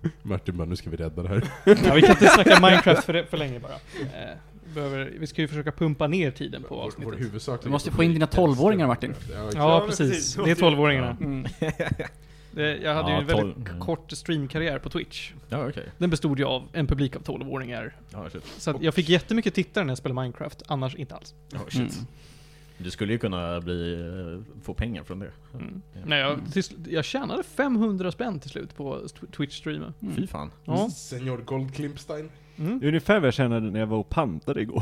Martin bara, nu ska vi rädda det här. Ja, vi kan inte snacka Minecraft för länge bara. Vi ska ju försöka pumpa ner tiden på avsnittet. Du måste få in dina 12-åringar, Martin. Ja, precis. Det är 12-åringarna. Jag hade ju en väldigt kort streamkarriär på Twitch. Ja, okay. Den bestod ju av en publik av 12-åringar. Så att jag fick jättemycket tittare när jag spelade Minecraft. Annars inte alls. Du skulle ju kunna få pengar från det. Nej, jag tjänade 500 spänn till slut på Twitch-streamen. Fy fan. Ja. Senior Goldklimpstein. Ungefär vad jag kände när jag var och pantade igår.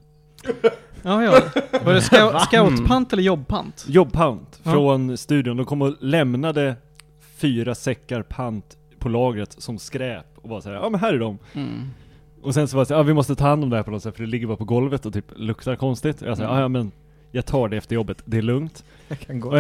Ja. Var det scoutpant eller jobbpant? Jobbpant från studion. De kom och lämnade 4 säckar pant på lagret som skräp. Och bara såhär, ja men här är de. Och sen så var det så vi måste ta hand om det här på något sätt. För det ligger bara på golvet och typ luktar konstigt. Och jag sa, ja men jag tar det efter jobbet. Det är lugnt. Jag kan gå.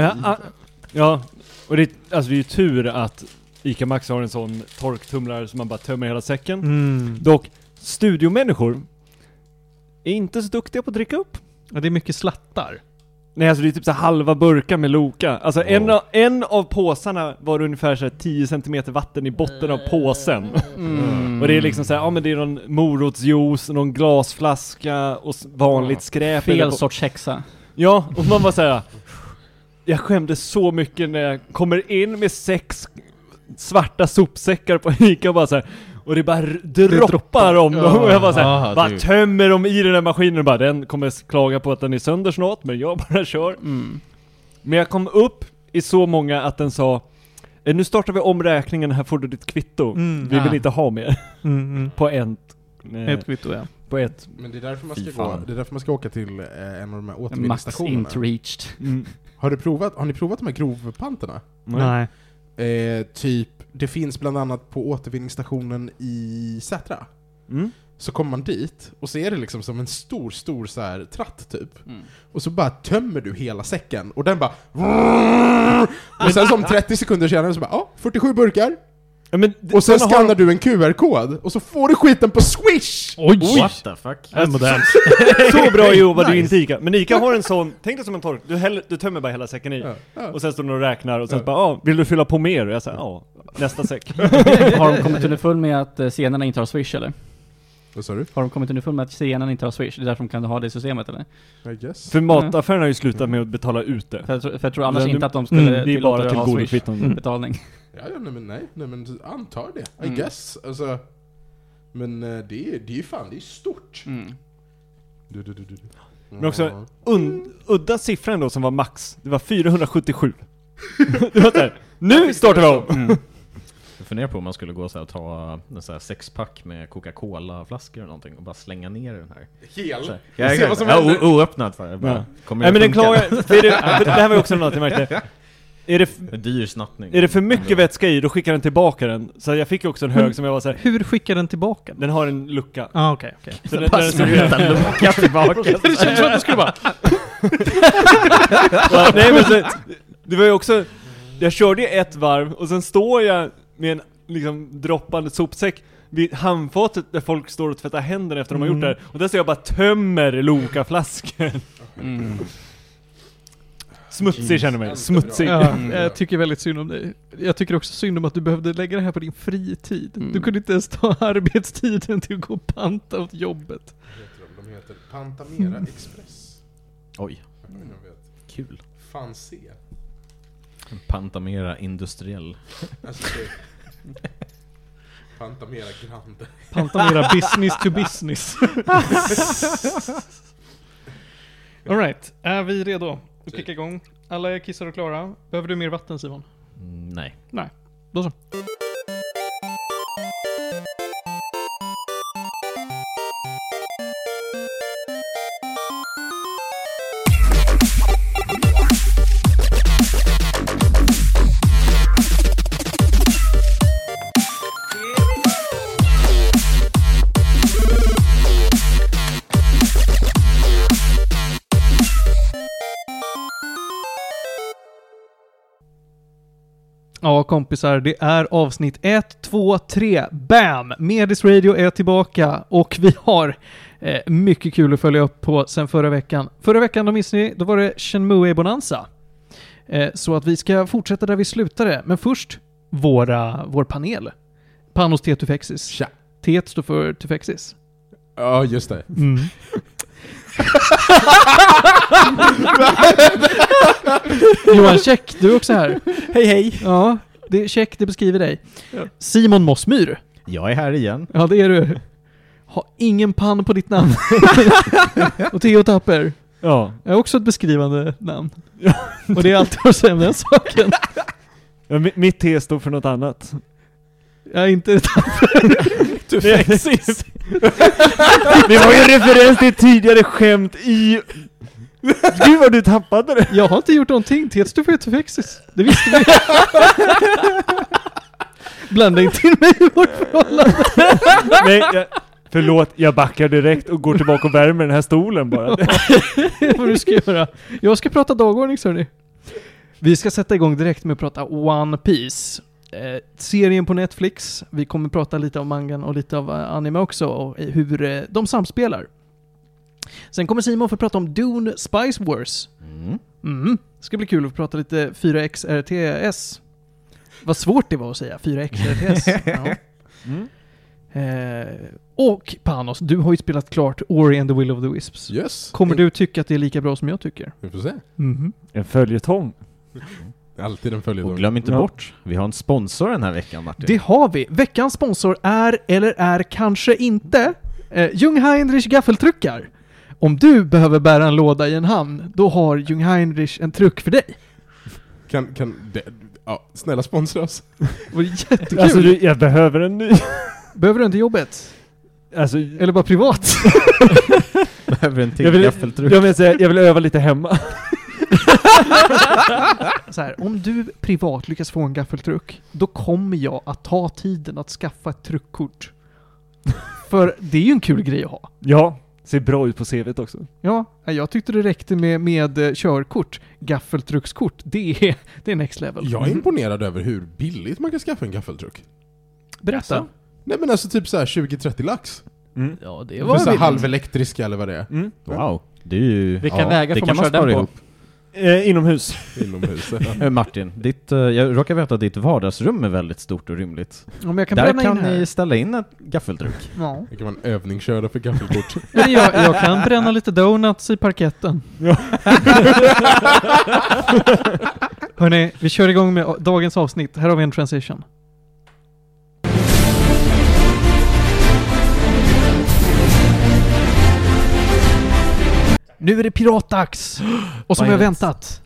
Och det är ju tur att ICA Maxi har en sån torktumlare som man bara tömmer hela säcken. Dock, studiomänniskor är inte så duktiga på att dricka upp. Ja, det är mycket slattar. Nej, alltså det är typ så halva burkar med Loka. Alltså en av påsarna var ungefär så 10 centimeter vatten i botten av påsen. Och det är liksom så här, men det är någon morotsjuice, någon glasflaska och vanligt skräp. Fel sorts häxa. Ja, och man var så här. Jag skämde så mycket när jag kommer in med 6 svarta sopsäckar på ICA och bara så här. Och det bara droppar om dem. Och jag bara såhär, bara tömmer dem i den här maskinen och bara, den kommer klaga på att den är sönder snart, men jag bara kör. Men jag kom upp i så många att den sa, nu startar vi omräkningen, här får du ditt kvitto. Vi vill inte ha mer. På ett kvitto, ja. På ett. Men det är därför man ska gå. Det är därför man ska åka till en av de här återvinningsstationerna. Max inte reached. Har ni provat de här grovpanterna? Nej. Typ, det finns bland annat på återvinningsstationen i Sätra. Så kommer man dit och så är det liksom som en stor så här tratt typ. Och så bara tömmer du hela säcken och den bara och sen som 30 sekunder senare så bara 47 burkar. Ja, men och sen skannar du en QR-kod och så får du skiten på Swish. Oj, what the fuck. Så bra jobbar du inte ICA. Men ICA har en sån, tänk dig som en tork. Du tömmer bara hela säcken i. Och sen står du och räknar och sen bara, vill du fylla på mer? Och jag säger, nästa säck. Har de kommit underfull med att scenerna inte har Swish eller? Vad sa du? Har de kommit underfull med att scenerna inte har Swish? Det är därför de kan ha det systemet eller? I guess. För mataffärerna har ju slutat med att betala ut det. För jag tror annars inte att de skulle det är bara till god Swish betalning. Nej, men antar det. I guess. Alltså, men det är ju fan, det är stort. Men också udda siffran då som var max. Det var 477. Det var där. Nu startar vi om. Jag funderar på om man skulle gå så här och ta en så här 6-pack med Coca-Cola-flaskor eller någonting och bara slänga ner den här. Hel? Oöppnat för det. Nej, men den klagar. Det här var också något jag märkte. Dyr snattning. Är det för mycket vätska i, då skickar den tillbaka den. Så jag fick också en hög som jag var så här. Hur skickar den tillbaka? Den har en lucka. Okej. Så den en lucka tillbaka. Det känns som att du skulle bara nej, men så, det var ju också, jag körde ju ett varv och sen står jag med en liksom droppande sopsäck vid handfatet där folk står och tvättar händerna efter de har gjort det här. Och där står jag bara tömmer Loka-flaskor. Smutsig känner mig. Smutsig. Ja, jag tycker väldigt synd om dig. Jag tycker också synd om att du behövde lägga det här på din fritid. Du kunde inte ens ta arbetstiden till att gå och panta åt jobbet. De heter Pantamera Express. Oj. Kul. Fan se. Pantamera Industriell. Alltså, Pantamera Grande. Pantamera Business to Business. All right, är vi redo att kicka igång? Alla är kissar och klara. Behöver du mer vatten, Simon? Nej. Då så. Ja, kompisar, det är avsnitt 1, 2, 3. Bam! Medis Radio är tillbaka och vi har mycket kul att följa upp på sen förra veckan. Förra veckan, då var det Shenmue Bonanza. Så att vi ska fortsätta där vi slutade. Men först, vår panel. Panos T. Tufexis. Tja. T står för Tufexis. Ja, just det. Mm. Johan, check. Du är också här. Hej hej! Ja, det, check, det beskriver dig. Simon Mossmyr. Jag är här igen. Ja, det är du. Har ingen pann på ditt namn. Och Theo Tapper. Ja. Är också ett beskrivande namn. Och det är alltid att säga den saken. Ja, mitt T står för något annat. Jag är inte Tufexis. Det var ju en referens till ett tidigare skämt i... Gud vad du tappade det. Jag har inte gjort någonting. T står för Tufexis. Det visste vi. Blanda inte in mig i vårt förhållande. Nej, förlåt, jag backar direkt och går tillbaka och värmer den här stolen bara. Det är vad du ska göra. Jag ska prata dagordning, så ni. Vi ska sätta igång direkt med att prata One Piece. Serien på Netflix. Vi kommer prata lite om mangan och lite av anime också. Och hur de samspelar. Sen kommer Simon få prata om Dune Spice Wars. Det ska bli kul att prata lite 4X RTS. Vad svårt det var att säga 4X RTS. Ja. Och Panos, du har ju spelat klart Ori and the Will of the Wisps. Yes. Kommer du tycka att det är lika bra som jag tycker? Vi får se. En följetong. Alltid en följetong. Och glöm inte bort, vi har en sponsor den här veckan, Martin. Det har vi. Veckans sponsor är, eller är kanske inte, Jungheinrich gaffeltruckar. Om du behöver bära en låda i en hamn, då har Jungheinrich en truck för dig. Snälla sponsra oss. Det var jättekul. Alltså jag behöver en ny. Behöver du inte jobbet? Alltså, eller bara privat? Behöver en till gaffeltruck. Jag vill öva lite hemma. Så här, om du privat lyckas få en gaffeltruck, då kommer jag att ta tiden att skaffa ett truckkort. För det är ju en kul grej att ha. Ja, ser bra ut på CV:t också. Ja, jag tyckte det räckte med körkort. Gaffeltruckskort, det är next level. Jag är imponerad över hur billigt man kan skaffa en gaffeltruck. Berätta. Alltså, nej men alltså typ så här 20-30 lax. Ja, det För var så här halvelektriska eller vad det är. Wow, det är ju... Vilka vägar det får kan man köra spara den på? ihop. Inomhus. Martin, jag råkar veta att ditt vardagsrum är väldigt stort och rymligt. Om jag kan Där bränna kan in här. ni ställa in ett gaffeltruck. Ja. Det kan vara en övningskörare för gaffelkort. Men jag kan bränna lite donuts i parketten. Ja. Hörrni, vi kör igång med dagens avsnitt. Här har vi en transition. Nu är det piratdags! Och som jag väntat.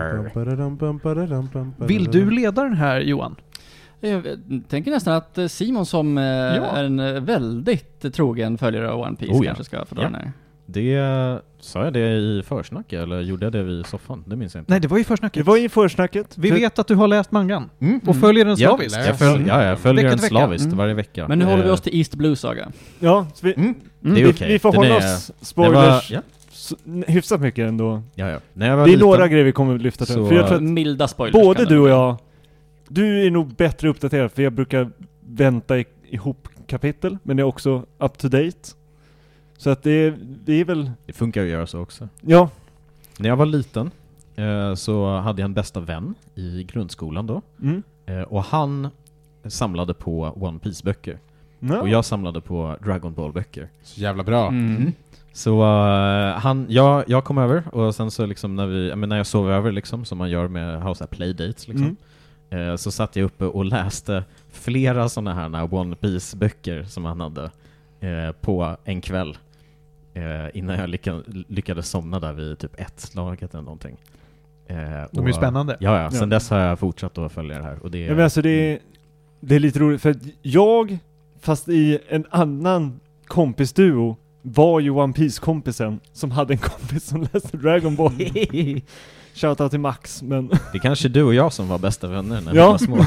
Vill du leda den här, Johan? Jag tänker nästan att Simon som är en väldigt trogen följare av One Piece kanske ska få dra den här. Det sa jag det i försnacket eller gjorde jag det vid soffan? Det minns jag inte. Nej, det var ju försnacket. Det var i försnacket. Vi vet att du har läst mangan och följer den slaviskt. Jag följer den slaviskt varje vecka. Men nu håller vi oss till East Blue Saga. Ja, det är okej. Vi får hålla oss spoilers hyfsat mycket ändå. Ja. Det är några grejer vi kommer att lyfta till. Så, för jag tror att milda spoilers. Både du och jag, du är nog bättre uppdaterad för jag brukar vänta ihop kapitel, men jag är också up to date. Så att det är väl... Det funkar ju att göra så också. Ja. När jag var liten så hade jag en bästa vän i grundskolan då. Och han samlade på One Piece-böcker. No. Och jag samlade på Dragon Ball-böcker. Så jävla bra. Så jag kom över och sen så liksom när jag sov över liksom, som man gör med House Playdates liksom, så satt jag uppe och läste flera sådana här One Piece-böcker som han hade på en kväll innan jag lyckades somna där vid typ 1-slaget eller någonting. De är ju spännande. Ja. Sen dess har jag fortsatt att följa det här. Och det men alltså det är lite roligt för att jag, fast i en annan kompisduo, var ju One Piece-kompisen som hade en kompis som läste Dragon Ball. Shoutout till Max, men... Det är kanske du och jag som var bästa vänner när vi Ja. var små.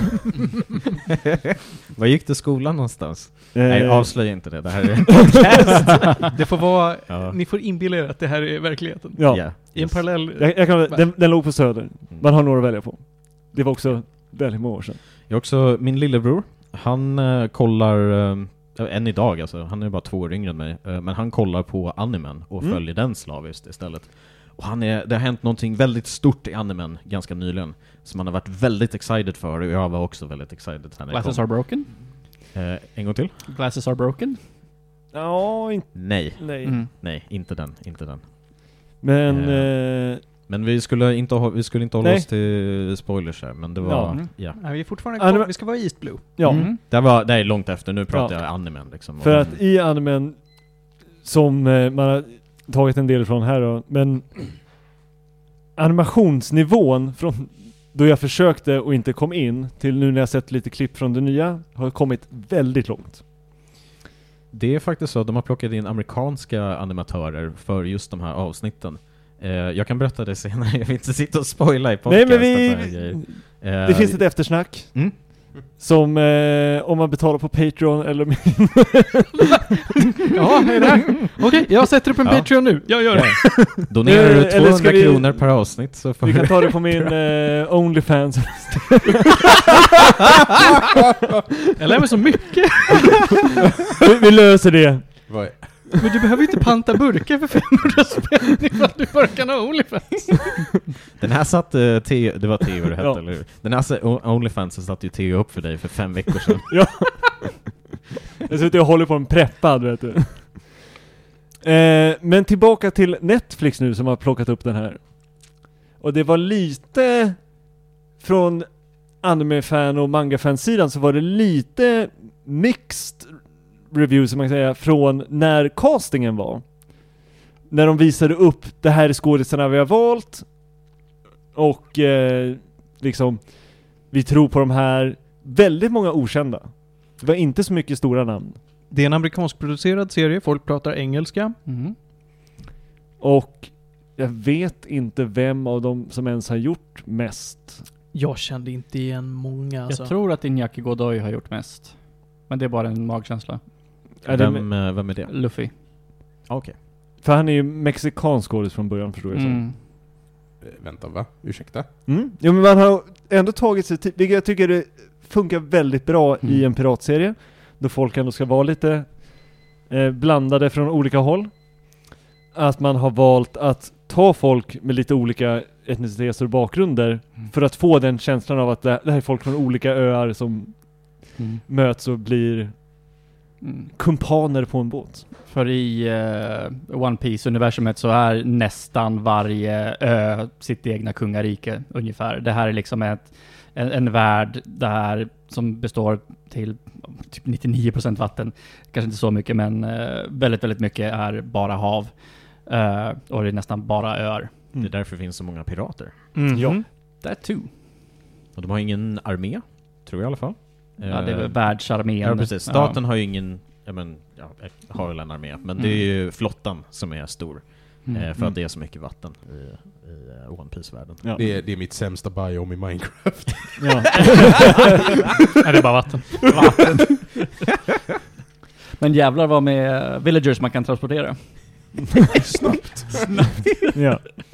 Var gick du skolan någonstans? Nej, avslöja inte det. Det här är en podcast. Det får vara... Ni får inbilla er att det här är verkligheten. Ja. Yeah. I en parallell... Den låg på Söder. Man har några att välja på. Det var också väldigt många år sedan. Jag också, min lillebror, han kollar... än idag alltså, han är bara 2 år yngre än mig. Men han kollar på animen och följer den slaviskt istället. Och det har hänt någonting väldigt stort i animen ganska nyligen som han har varit väldigt excited för, och jag var också väldigt excited. Glasses are broken? En gång till? Glasses are broken? Ja, Nej. Nej, inte den. Men vi skulle inte hålla oss till spoilers här, men det var... Ja. Nej, vi är fortfarande kvar. Vi ska vara East Blue. Ja. Det är långt efter, nu pratar jag animen liksom. För att i animen, som man har tagit en del från här då, men animationsnivån från då jag försökte och inte kom in till nu när jag sett lite klipp från det nya har kommit väldigt långt. Det är faktiskt så att de har plockat in amerikanska animatörer för just de här avsnitten. Jag kan berätta det senare, jag vill inte sitta och spoila i podcast. Nej, men det finns ett eftersnack. Som om man betalar på Patreon eller... Ja, är det här? Okej, jag sätter upp en Patreon nu. Jag gör det. Donerar du 200 kronor per avsnitt så får vi kan ta det på min OnlyFans. Jag lär mig så mycket. Vi löser det. Men du behöver inte panta burkar för 500 spänn för att du bara kan ha OnlyFans. Den här satt det var Theo det hette, eller hur? Den här OnlyFans satt ju Theo upp för dig för 5 veckor sedan. Ja. Jag sitter och håller på en preppad, vet du. Men tillbaka till Netflix nu som har plockat upp den här. Och det var lite från anime-fan och manga-fan-sidan så var det lite mixed review som man kan säga från när castingen var. När de visade upp det här är skådespelarna vi har valt och liksom vi tror på de här, väldigt många okända. Det var inte så mycket stora namn. Det är en amerikansk producerad serie, folk pratar engelska. Och jag vet inte vem av dem som ens har gjort mest. Jag kände inte igen många. Alltså. Jag tror att Iñaki Godoy har gjort mest. Men det är bara en magkänsla. Vem är det? Luffy. Okej. För han är ju mexikansk skådis från början, förstår jag så. Vänta, va? Ursäkta? Ja, men man har ändå tagit sig tid, vilket jag tycker det funkar väldigt bra i en piratserie. Då folk ändå ska vara lite blandade från olika håll. Att man har valt att ta folk med lite olika etniciteter och bakgrunder för att få den känslan av att det här är folk från olika öar som möts och blir kumpaner på en båt. För i One Piece-universumet så är nästan varje ö sitt egna kungarike ungefär. Det här är liksom en värld där som består till typ 99% vatten. Kanske inte så mycket, men väldigt, väldigt mycket är bara hav. Och det är nästan bara öar. Det är därför det finns så många pirater. Ja. That too. Och de har ingen armé, tror jag i alla fall. Ja, det är väl världsarmén. Ja, precis. Staten har ju ingen... har väl en armé. Men det är ju flottan som är stor. För att det är så mycket vatten i One Piece-världen. Ja. Det är mitt sämsta biome i Minecraft. Ja. Nej, det är bara vatten. Men jävlar vad med villagers man kan transportera. Snabbt. Ja.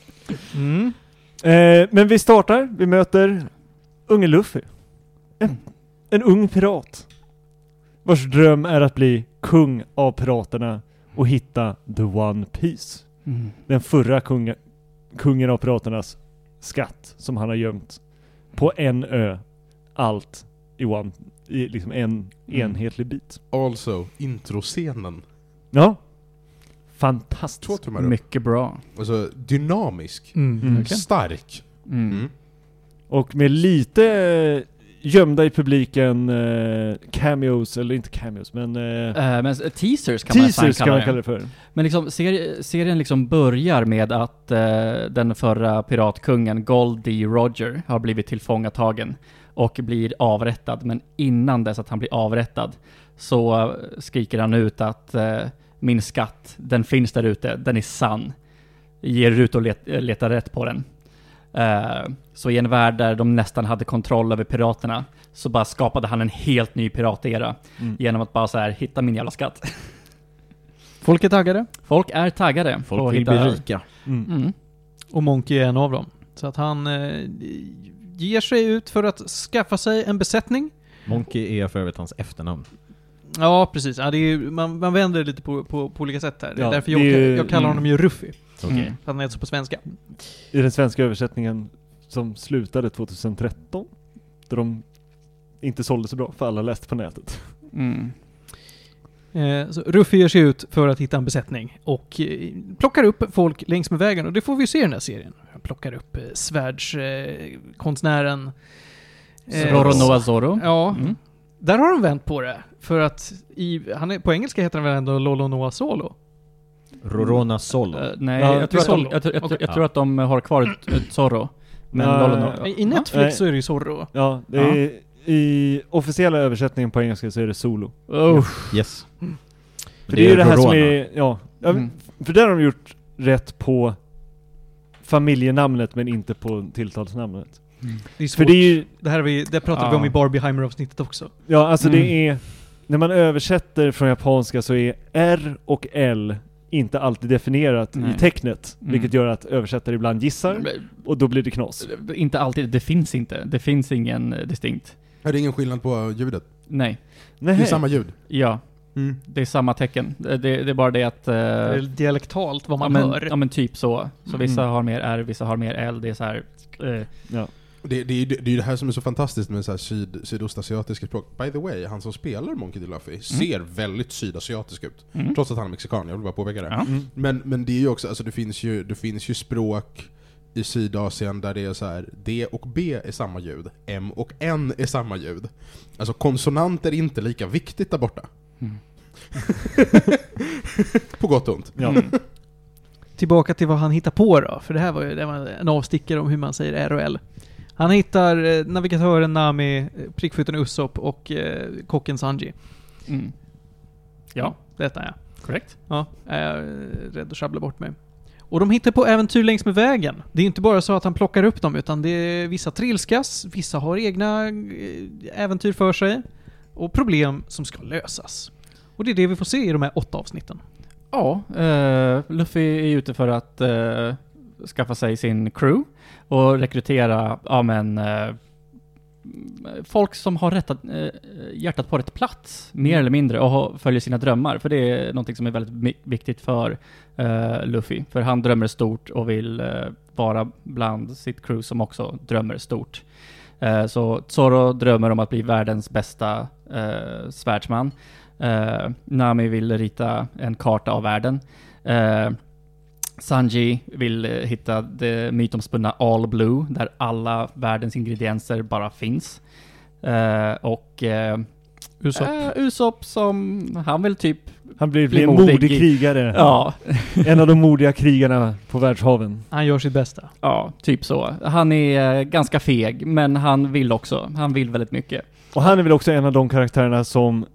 Men vi startar. Vi möter unge Luffy. En ung pirat. Vars dröm är att bli kung av piraterna och hitta The One Piece. Den förra kungen av piraternas skatt som han har gömt på en ö. Allt i liksom en enhetlig bit. Also, introscenen. Ja. Fantastiskt. Mycket bra. Alltså, dynamisk. Stark. Och med lite gömda i publiken cameos, eller inte cameos, men teasers kan man kalla det för. Men liksom, serien liksom börjar med att den förra piratkungen Goldie Roger har blivit tillfångatagen och blir avrättad. Men innan dess att han blir avrättad så skriker han ut att min skatt, den finns där ute, den är sann. Ger ut och letar rätt på den. Så i en värld där de nästan hade kontroll över piraterna så bara skapade han en helt ny piratera genom att bara så här hitta min jävla skatt. Folk är taggade. Folk är taggade. Folk vill bli rika. Och Monkey är en av dem. Så att han ger sig ut för att skaffa sig en besättning. Monkey är för övrigt hans efternamn. Ja, precis. Ja, det är ju, man vänder lite på olika sätt här. Ja, därför jag kallar honom ju Ruffy. Okay. För att han är så på svenska. I den svenska översättningen som slutade 2013, där de inte sålde så bra för alla läste på nätet. Så Ruffy ger sig ut för att hitta en besättning och plockar upp folk längs med vägen. Och det får vi se i den här serien. Han plockar upp svärdskonstnären Roronoa Zoro. Ja, där har de vänt på det. För att på engelska heter han väl ändå Lolonoa Solo? Rorona Solo. Nej, Ja, jag tror att de har kvar ett Zorro. Men Lolonoa. I Netflix så är det ju Zorro. Ja, det är, i officiella översättningen på engelska så är det Solo. Yes. För det är ju det här som är... Ja, för där har de gjort rätt på familjenamnet men inte på tilltalsnamnet. Det är svårt. För det är ju... Det pratade vi om i Barbieheimer-avsnittet också. Ja, alltså det är... När man översätter från japanska så är R och L inte alltid definierat i tecknet. Vilket gör att översättare ibland gissar och då blir det knas. Inte alltid, det finns ingen distinkt. Är det ingen skillnad på ljudet? Nej. Det är samma ljud. Ja. Det är samma tecken. Det är bara det att... det är dialektalt vad man hör. Ja men typ så. Så vissa har mer R, vissa har mer L. Det är så här... Ja. Det är ju det här som är så fantastiskt med så här sydostasiatiska språk. By the way, han som spelar Monkey D. Luffy ser väldigt sydasiatisk ut. Trots att han är mexikan, jag vill bara påpeka det. Men det är ju också, alltså det finns ju språk i Sydasien där det är så här: D och B är samma ljud, M och N är samma ljud. Alltså konsonanter är inte lika viktigt där borta. På gott och ont. Tillbaka till vad han hittar på då, för det var en avstickare om hur man säger R och L. Han hittar navigatören Nami, prickskytten Usopp och kocken Sanji. Ja, detta är korrekt. Ja, jag är rädd att sjabbla bort mig. Och de hittar på äventyr längs med vägen. Det är inte bara så att han plockar upp dem, utan det är vissa trilskas, vissa har egna äventyr för sig och problem som ska lösas. Och det är det vi får se i de här 8 avsnitten. Ja, Luffy är ute för att skaffa sig sin crew och rekrytera folk som har hjärtat på rätt plats, mer eller mindre, och följer sina drömmar. För det är något som är väldigt viktigt för Luffy. För han drömmer stort och vill vara bland sitt crew som också drömmer stort. Så Zoro drömmer om att bli världens bästa svärdsman. Nami vill rita en karta av världen. Sanji vill hitta det mytomspunna All Blue, där alla världens ingredienser bara finns. Och Usopp som han vill typ... Han blir en modig krigare. Ja. En av de modiga krigarna på världshaven. Han gör sitt bästa. Ja, typ så. Han är ganska feg, men han vill också. Han vill väldigt mycket. Och han är väl också en av de karaktärerna som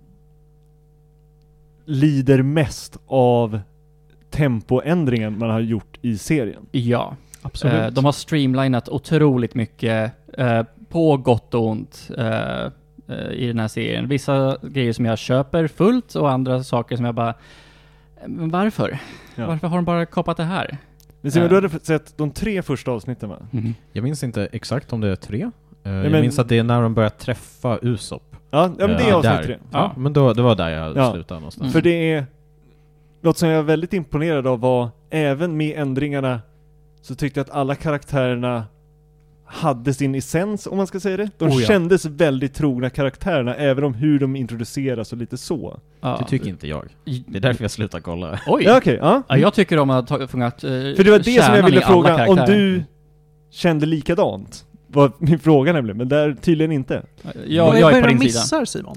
lider mest av tempoändringen man har gjort i serien. Ja, absolut. De har streamlinat otroligt mycket på gott och ont i den här serien. Vissa grejer som jag köper fullt och andra saker som jag bara... Men varför? Ja. Varför har de bara kapat det här? Men du hade sett de 3 första avsnitten, va? Jag minns inte exakt om det är 3. Jag minns att det är när de börjar träffa Usopp. Ja, men det är avsnitt 3. Ja, men det var där jag slutade någonstans. För det är... Något som jag är väldigt imponerad av var, även med ändringarna så tyckte jag att alla karaktärerna hade sin essens, om man ska säga det. De kändes väldigt trogna karaktärerna, även om hur de introduceras och lite så. Det tycker inte jag. Det är därför jag slutar kolla. Oj! Ja, okej. Ja, jag tycker om att ha fångat för det var det som jag ville fråga, om du kände likadant. Var min fråga nämligen, men där tydligen inte. Jag är på din sida. Missar, Simon?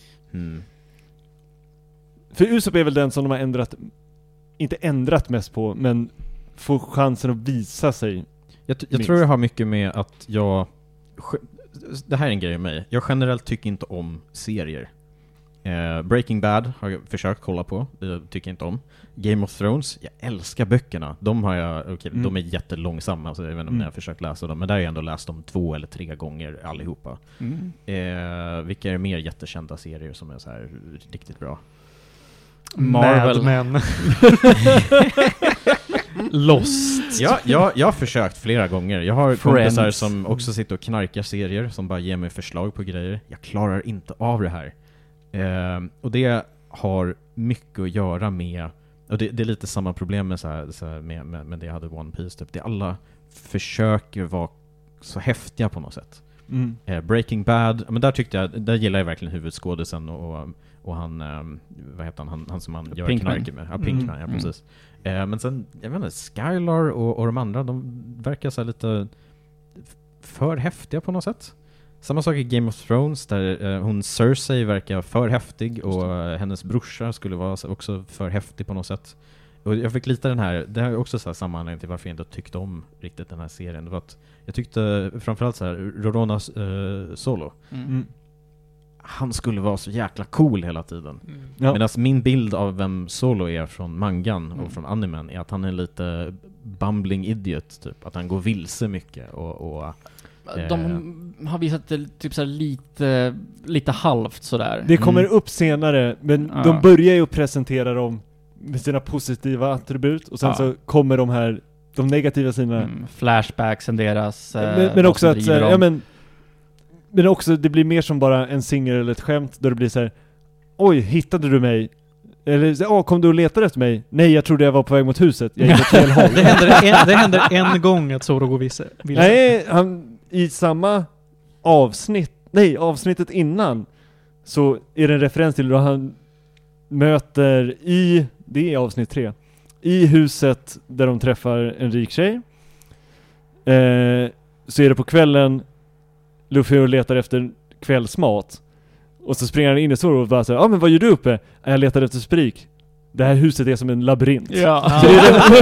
För Usopp är väl den som de har inte ändrat mest på, men får chansen att visa sig. Jag tror det har mycket med att det här är en grej med mig. Jag generellt tycker inte om serier. Breaking Bad har jag försökt kolla på. Det tycker jag inte om. Game of Thrones, jag älskar böckerna. De har jag, de är jättelångsamma, så jag vet inte om jag har försökt läsa dem. Men där har jag ändå läst dem 2 eller 3 gånger allihopa. Vilka är mer jättekända serier som är så här riktigt bra? Marvel. Mad Men. Lost. Ja, jag har försökt flera gånger. Jag har kompisar som också sitter och knarkar serier, som bara ger mig förslag på grejer. Jag klarar inte av det här. Och det har mycket att göra med, och det är lite samma problem med, så här, med det jag hade One Piece typ. Det alla försöker vara så häftiga på något sätt. Breaking Bad, men där tyckte jag, där gillar jag verkligen huvudskådisen och han, vad heter han som man gör knark med? Ja, Pinkman, ja precis. Men sen, jag vet inte, Skylar och de andra, de verkar så här lite för häftiga på något sätt. Samma sak i Game of Thrones där hon Cersei verkar för häftig och hennes brorsa skulle vara också för häftig på något sätt. Och jag fick lite det här är också så här samma anledning till varför jag inte tyckte om riktigt den här serien. Det var att jag tyckte framförallt så här Rorona Solo. Han skulle vara så jäkla cool hela tiden. Ja. Medan min bild av vem Solo är från mangan och från animen är att han är lite bumbling idiot typ. Att han går vilse mycket och de har visat det typ så lite halvt sådär. Det kommer upp senare, men de börjar ju att presentera dem med sina positiva attribut och sen så kommer de negativa sidorna. Flashbacksen deras men också att men också det blir mer som bara en singer eller ett skämt där det blir så här: oj, hittade du mig? Eller kom du och letade efter mig? Nej, jag trodde jag var på väg mot huset. Jag gick åt fel håll. Det händer en gång att Zoro går vilse. Nej, i samma avsnittet innan så är det en referens till då han möter det är avsnitt 3, i huset där de träffar en rik tjej. Så är det på kvällen Luffy letar efter kvällsmat. Och så springer han in i Zoro och bara säger: men vad gör du uppe? Jag letar efter sprik. Det här huset är som en labyrint. Ja. Så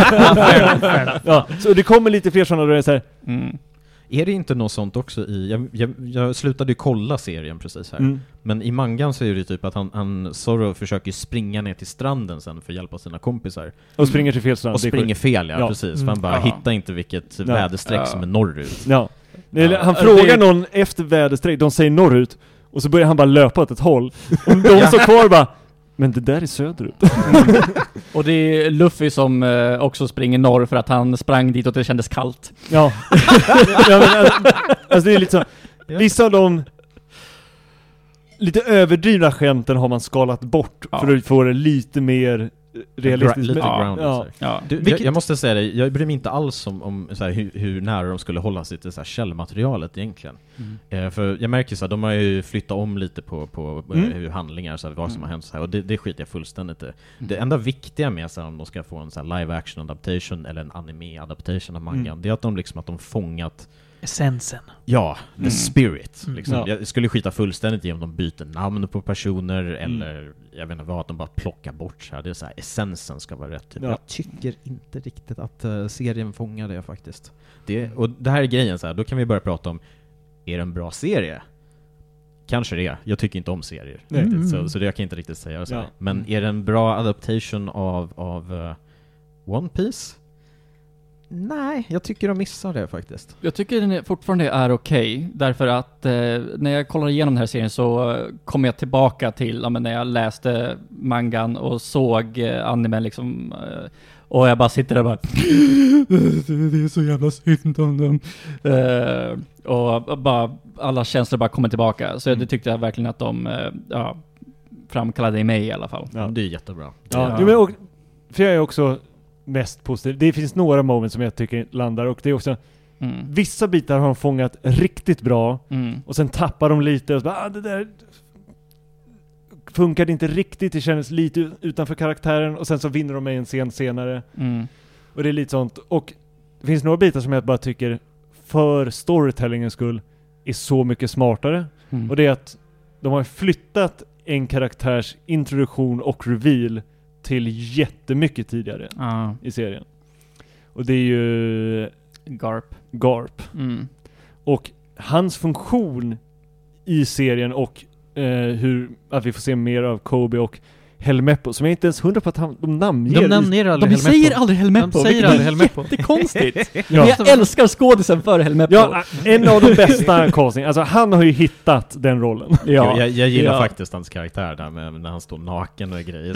ja, så det kommer lite fler sådana där det är så här. Är det inte något sånt också i... Jag slutade ju kolla serien precis här. Men i mangan så är det typ att han Zoro försöker springa ner till stranden sen för att hjälpa sina kompisar. Och springer till fel strand. Och springer fel, ja precis. För han bara hittar inte vilket väderstreck som är norrut. Ja. Han frågar någon efter väderstreck. De säger norrut. Och så börjar han bara löpa åt ett håll. Och de står kvar bara... Men det där är söderut. Och det är Luffy som också springer norr för att han sprang dit och det kändes kallt. Ja. Alltså det är lite så. Vissa av de lite överdrivna skämten har man skalat bort för att få det lite mer realistiskt. Lite grounded. Ja. Jag måste säga det, jag bryr mig inte alls om så här, hur nära de skulle hålla sig till så här källmaterialet egentligen. För jag märker så här, de har ju flyttat om lite på hur handlingar, så här, vad som har hänt så här, och det skiter jag fullständigt i. Det enda viktiga med så här, om de ska få en så här, live action adaptation eller en anime adaptation av mangan, det är att de fångat essensen. Ja, the spirit. Liksom. Jag skulle skita fullständigt i om de byter namn på personer eller jag vet inte vad, att de bara plockar bort så här. Det är så här, essensen ska vara rätt. Typ. Jag tycker inte riktigt att serien fångar det faktiskt. Och det här är grejen så här, då kan vi börja prata om, är det en bra serie? Kanske det. Jag tycker inte om serier. Så det jag kan inte riktigt säga så här. Men är det en bra adaptation av One Piece? Nej, jag tycker de missar det faktiskt. Jag tycker den fortfarande är okej, därför att när jag kollar igenom den här serien så kom jag tillbaka till när jag läste mangan och såg animen liksom, och jag bara sitter där och bara det är så jävla synd om dem. Och bara alla känslor bara kommer tillbaka. Så det tyckte jag verkligen att de framkallade i mig i alla fall. Ja, det är jättebra. För jag är också mest positiv. Det finns några moments som jag tycker landar, och det är också vissa bitar har de fångat riktigt bra och sen tappar de lite och så bara, det där funkade inte riktigt, det kändes lite utanför karaktären, och sen så vinner de med en scen senare. Och det är lite sånt, och det finns några bitar som jag bara tycker för storytellingens skull är så mycket smartare, och det är att de har flyttat en karaktärs introduktion och reveal till jättemycket tidigare i serien. Och det är ju Garp. Och hans funktion i serien och att vi får se mer av Kobe och Helmeppo, som jag inte ens 100 på att de namnger. De säger aldrig Helmeppo. Det är konstigt. Jag älskar skådisen för Helmeppo. Ja, en av de bästa casting. Alltså han har ju hittat den rollen. Ja. Jag gillar faktiskt hans karaktär där med när han står naken och grejer.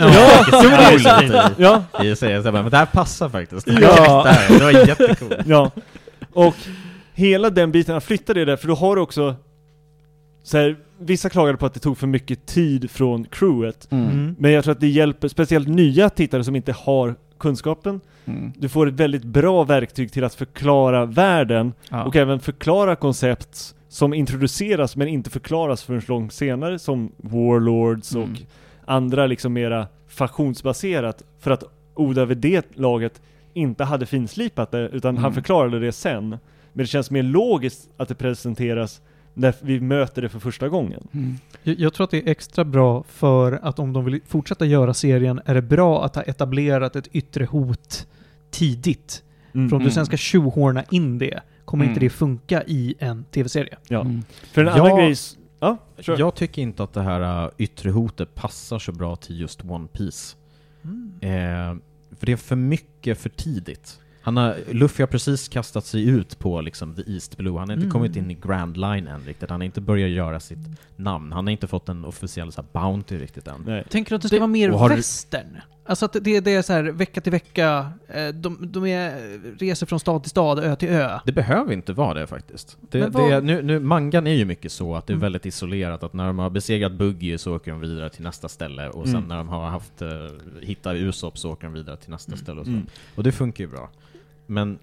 Jag säger så här, men det här passar faktiskt. Det var jättekul. Ja. Och hela den biten, han flyttade det där, för då har du också så här, vissa klagade på att det tog för mycket tid från crewet. Men jag tror att det hjälper speciellt nya tittare som inte har kunskapen. Du får ett väldigt bra verktyg till att förklara världen och även förklara koncept som introduceras men inte förklaras förrän långt senare, som Warlords och andra liksom mera faktionsbaserat, för att Oda vid det laget inte hade finslipat det, utan han förklarade det sen. Men det känns mer logiskt att det presenteras när vi möter det för första gången. Jag tror att det är extra bra för att om de vill fortsätta göra serien är det bra att ha etablerat ett yttre hot tidigt. För om du sen ska tjohorna in det kommer inte det funka i en tv-serie. Ja. För en annan grej... Ja, sure. Jag tycker inte att det här yttre hotet passar så bra till just One Piece. För det är för mycket för tidigt. Luffy har precis kastat sig ut på liksom The East Blue. Han har inte kommit in i Grand Line än riktigt. Han har inte börjat göra sitt namn. Han har inte fått en officiell så här, bounty riktigt än. Nej. Tänker du att det ska vara mer western? Alltså att det är så här vecka till vecka. De reser från stad till stad, ö till ö. Det behöver inte vara det faktiskt. Mangan är ju mycket så att det är väldigt isolerat. Att när de har besegrat Buggy så åker de vidare till nästa ställe. Och sen när de har hittat Usopp så åker de vidare till nästa ställe. Och, så. Och det funkar ju bra. Men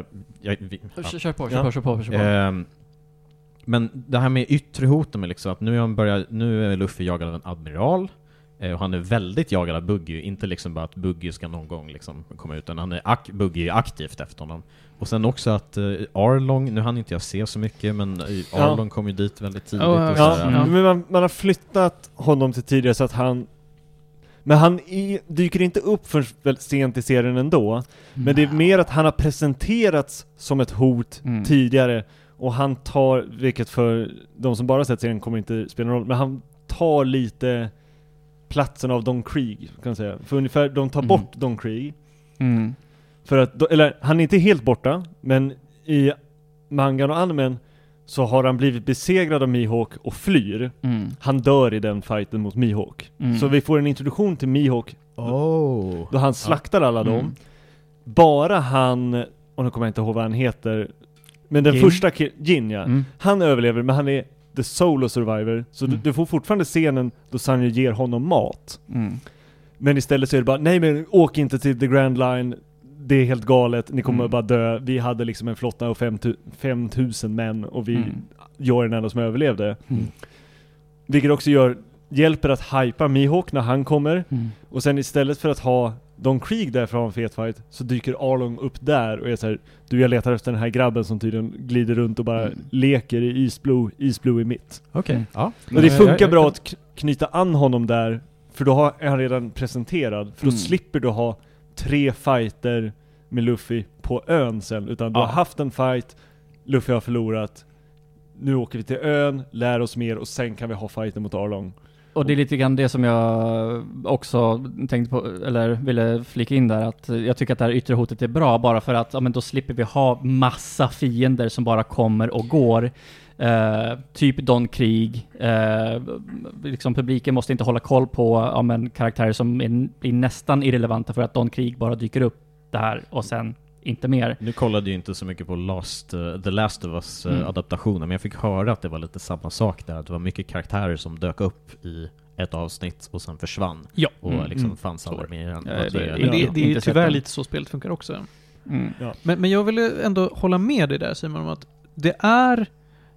kör på. Men det här med yttre hoten med liksom att nu är Luffy jagad av en admiral och han är väldigt jagad av Buggy, inte liksom bara att Buggy ska någon gång liksom komma ut, utan Buggy är aktivt efter honom. Och sen också att Arlong, nu hann inte jag se så mycket, men Arlong kom ju dit väldigt tidigt. Men man har flyttat honom till tidigare så att han dyker inte upp för väldigt sent i serien ändå. Men det är mer att han har presenterats som ett hot tidigare. Och han tar, vilket för de som bara sett serien kommer inte spela någon roll, men han tar lite platsen av Don Krieg, kan jag säga. För ungefär, de tar bort Don Krieg. För att, eller han är inte helt borta, men i mangan och animen så har han blivit besegrad av Mihawk och flyr. Han dör i den fighten mot Mihawk. Så vi får en introduktion till Mihawk då han slaktar alla dem. Bara han, och nu kommer jag inte ihåg vad han heter, men den första Jin, han överlever, men han är the solo survivor. Så du får fortfarande scenen då Sanji ger honom mat. Men istället så är det bara, nej men åk inte till the Grand Line, det är helt galet, ni kommer bara dö. Vi hade liksom en flotta av 5000 män och jag är den enda som överlevde. Vilket också hjälper att hypa Mihawk när han kommer. Och sen istället för att ha Don Krieg där för att ha en fet fight, så dyker Arlong upp där och är så här, jag letar efter den här grabben som tydligen glider runt och bara leker i East Blue i mitt. Okej. Ja. Och det funkar bra att knyta an honom där, för då är han redan presenterad. För då slipper du ha 3 fighter med Luffy på ön sen, utan du har haft en fight, Luffy har förlorat, nu åker vi till ön, lär oss mer och sen kan vi ha fighten mot Arlong. Och det är lite grann det som jag också tänkte på, eller ville flika in där, att jag tycker att det här yttre hotet är bra bara för att då slipper vi ha massa fiender som bara kommer och går. Typ Don Krieg. Liksom publiken måste inte hålla koll på karaktärer som blir nästan irrelevanta för att Don Krieg bara dyker upp där och sen inte mer. Nu kollade ju inte så mycket på The Last of Us adaptationen, men jag fick höra att det var lite samma sak där, att det var mycket karaktärer som dök upp i ett avsnitt och sen försvann. Ja. Och liksom fanns aldrig med igen. Det är tyvärr lite så spelet funkar också. Ja. Men jag vill ändå hålla med dig där, Simon, om att det är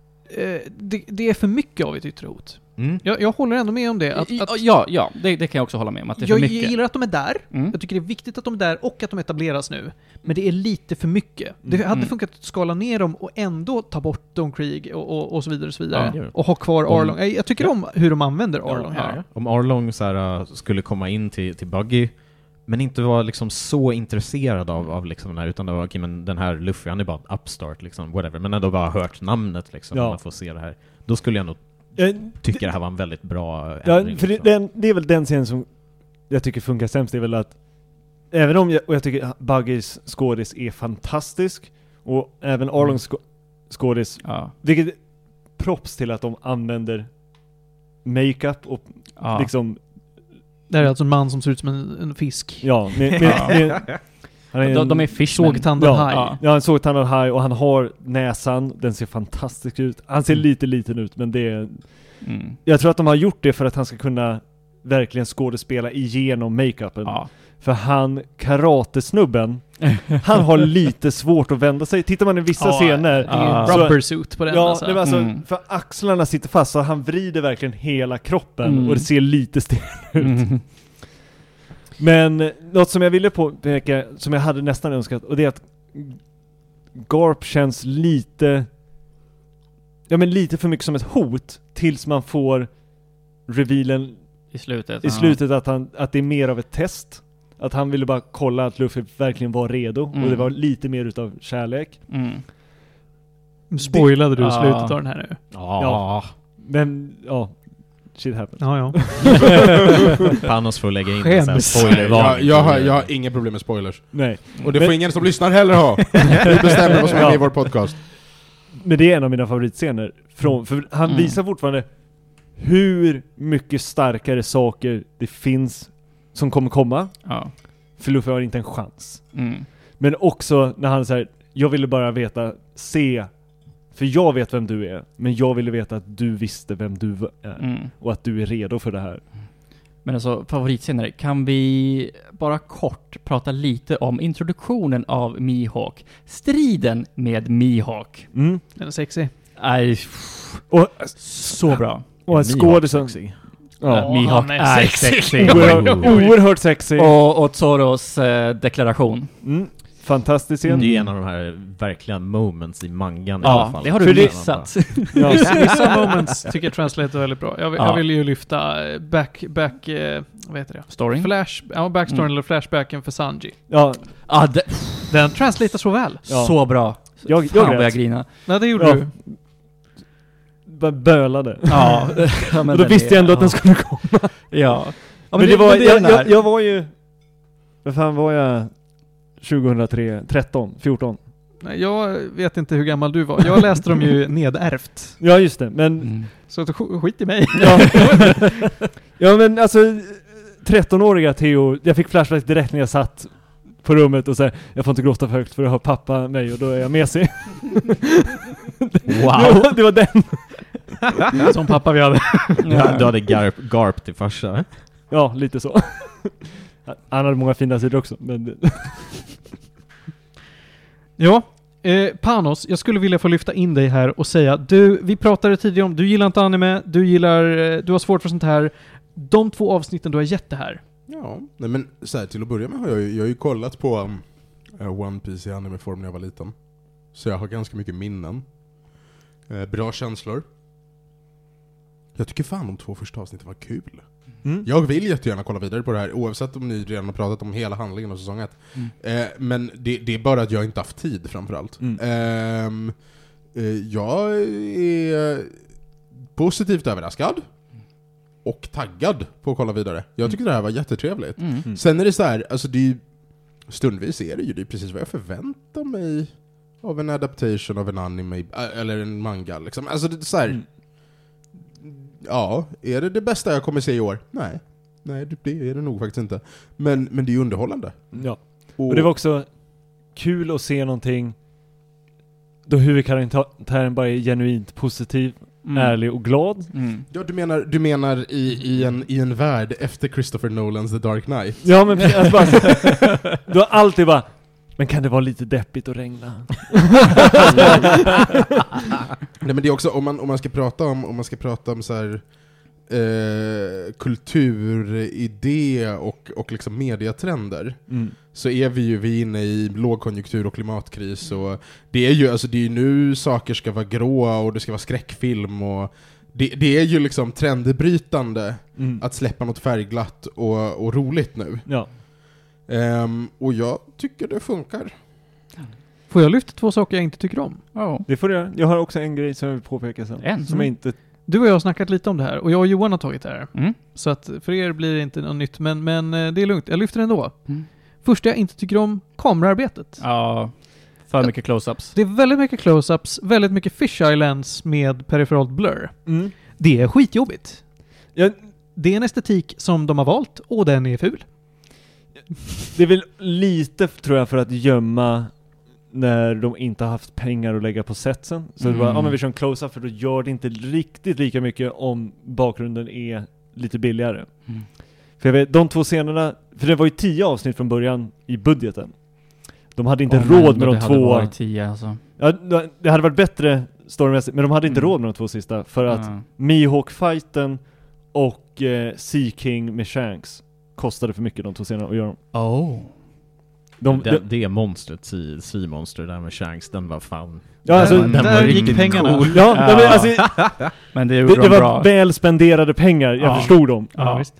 för mycket av ett yttre hot. Jag håller ändå med om det. Det kan jag också hålla med om. Att det är för mycket. Jag gillar att de är där. Jag tycker det är viktigt att de är där och att de etableras nu. Men det är lite för mycket. Det hade funkat att skala ner dem och ändå ta bort Don Krieg och så vidare och så vidare. Ja. Och ha kvar Arlong. Jag tycker om hur de använder Arlong här. Ja. Om Arlong så här, skulle komma in till Buggy, men inte var liksom så intresserad av liksom den här, utan det var men den här Luffy, han är bara upstart liksom, whatever, men ändå bara hört namnet liksom, när man får se det här. Då skulle jag nog tycker det här var en väldigt bra ändring. För det är väl den scenen som jag tycker funkar sämst, det är väl att även om jag tycker Buggys skådis är fantastisk och även Arlongs skådis, vilket props till att de använder makeup och liksom. Det är alltså en man som ser ut som en fisk. Ja, de är fish. Sågtandad haj. Ja, en sågtandad haj, och han har näsan, den ser fantastisk ut. Han ser lite liten ut, men det är jag tror att de har gjort det för att han ska kunna verkligen skådespela igenom makeupen. För han, karatesnubben, han har lite svårt att vända sig. Tittar man i vissa scener... rubber suit på den. Ja, alltså. Det alltså, för axlarna sitter fast så han vrider verkligen hela kroppen och det ser lite stel ut. Men något som jag ville påpeka, som jag hade nästan önskat, och det är att Garp känns lite för mycket som ett hot tills man får revealen i slutet att det är mer av ett test. Att han ville bara kolla att Luffy verkligen var redo och det var lite mer utav kärlek. Spoilade du slutet av den här nu? Ja. Men shit happens. Ja. Panos får lägga in en spoiler. Jag har inga problem med spoilers. Nej. Och det får ingen som lyssnar heller ha. Vi bestämmer vad som är med i vår podcast. Men det är en av mina favoritscener. För han visar fortfarande hur mycket starkare saker det finns som kommer komma. Ja. För Luffy har inte en chans. Men också när han säger, jag ville bara se, för jag vet vem du är, men jag ville veta att du visste vem du är och att du är redo för det här. Men alltså, favoritscener, kan vi bara kort prata lite om introduktionen av Mihawk? Striden med Mihawk. Den är sexy. Och så bra. Och skådisen. Mihawk är sexy. Oerhört sexy. Och Zoros deklaration. Fantastisk scen. Det är en av de här verkliga moments i mangan i alla fall. Det har du missat. Vissa moments tycker jag translate är väldigt bra. Jag vill ju lyfta back vad heter det? Story? Backstoryn eller flashbacken för Sanji. Den translatear så väl. Så bra. Jag började grina. Nej, det gjorde du. Bölade. Men och då visste jag ändå att den skulle komma. Men det var jag var ju... Vad fan var jag 2003, 13, 14? Nej, jag vet inte hur gammal du var. Jag läste dem ju nedärvt. Ja, just det. Men... Så skit i mig. Ja, men alltså 13-åriga Theo, jag fick flashback direkt när jag satt på rummet och sa, jag får inte gråta för högt för att ha pappa mig och då är jag med sig. Wow. Det var den. Som pappa vi hade. Du hade Garp till farsa. Ja, lite så. Han hade många fina sidor också. Men... Panos, jag skulle vilja få lyfta in dig här och säga, vi pratade tidigare om, du gillar inte anime, du har svårt för sånt här. De 2 avsnitten du har gett det här. Ja, nej men så här, till att börja med har jag ju kollat på One Piece i anime-form när jag var liten. Så jag har ganska mycket minnen. Bra känslor. Jag tycker fan de 2 första avsnitten var kul. Jag vill jättegärna kolla vidare på det här, oavsett om ni redan har pratat om hela handlingen av säsong 1. Men det är bara att jag inte haft tid framförallt. Jag är positivt överraskad och taggad på att kolla vidare. Jag tycker det här var jättetrevligt. Sen är det så här, alltså stundvis är det precis vad jag förväntar mig av en adaptation av en anime eller en manga liksom. Alltså det är så här, är det bästa jag kommer se i år? Nej, det är det nog faktiskt inte. Men det är underhållande. Ja. Och det var också kul att se någonting då huvudkaraktären bara är genuint positiv, ärlig och glad. Ja, du menar i en värld efter Christopher Nolans The Dark Knight. Ja, men alltså du har alltid bara, men kan det vara lite deppigt och regna? Nej, men det är också om man ska prata om så här kulturidé och liksom mediatrender, så är vi inne i lågkonjunktur och klimatkris, och det är ju nu saker ska vara gråa och det ska vara skräckfilm, och det är ju liksom trendbrytande att släppa något färgglatt och roligt nu. Ja. Och jag tycker det funkar. Får jag lyfta 2 saker jag inte tycker om? Det får jag. Jag har också en grej som jag vill påpeka sen. Som jag inte... Du och jag har snackat lite om det här, och jag och Johan har tagit det här. Så att för er blir det inte något nytt, men det är lugnt. Jag lyfter det ändå. Första jag inte tycker om, kamerarbetet. Ja, för mycket close-ups. Det är väldigt mycket close-ups, väldigt mycket fisheye lens med peripheralt blur. Det är skitjobbigt. Det är en estetik som de har valt, och den är ful. Det är väl lite, tror jag, för att gömma när de inte har haft pengar att lägga på setsen. Så det var, men vi kör en close-up, för då gör det inte riktigt lika mycket om bakgrunden är lite billigare. För jag vet, de 2 scenerna, för det var ju 10 avsnitt från början i budgeten. De hade inte råd med de 2. Det hade varit 10 alltså. Ja, det hade varit bättre storymässigt, men de hade inte råd med de 2 sista. För att Mihawk-fighten och Sea King med Shanks kostade för mycket de 2 scenerna att göra dem. Det monstret, Sea-monster där med Shanks, den var fan... Ja, alltså, där gick pengarna. Cool. Ja, alltså, men det var bra. Väl spenderade pengar, jag förstod dem. Ja, visst.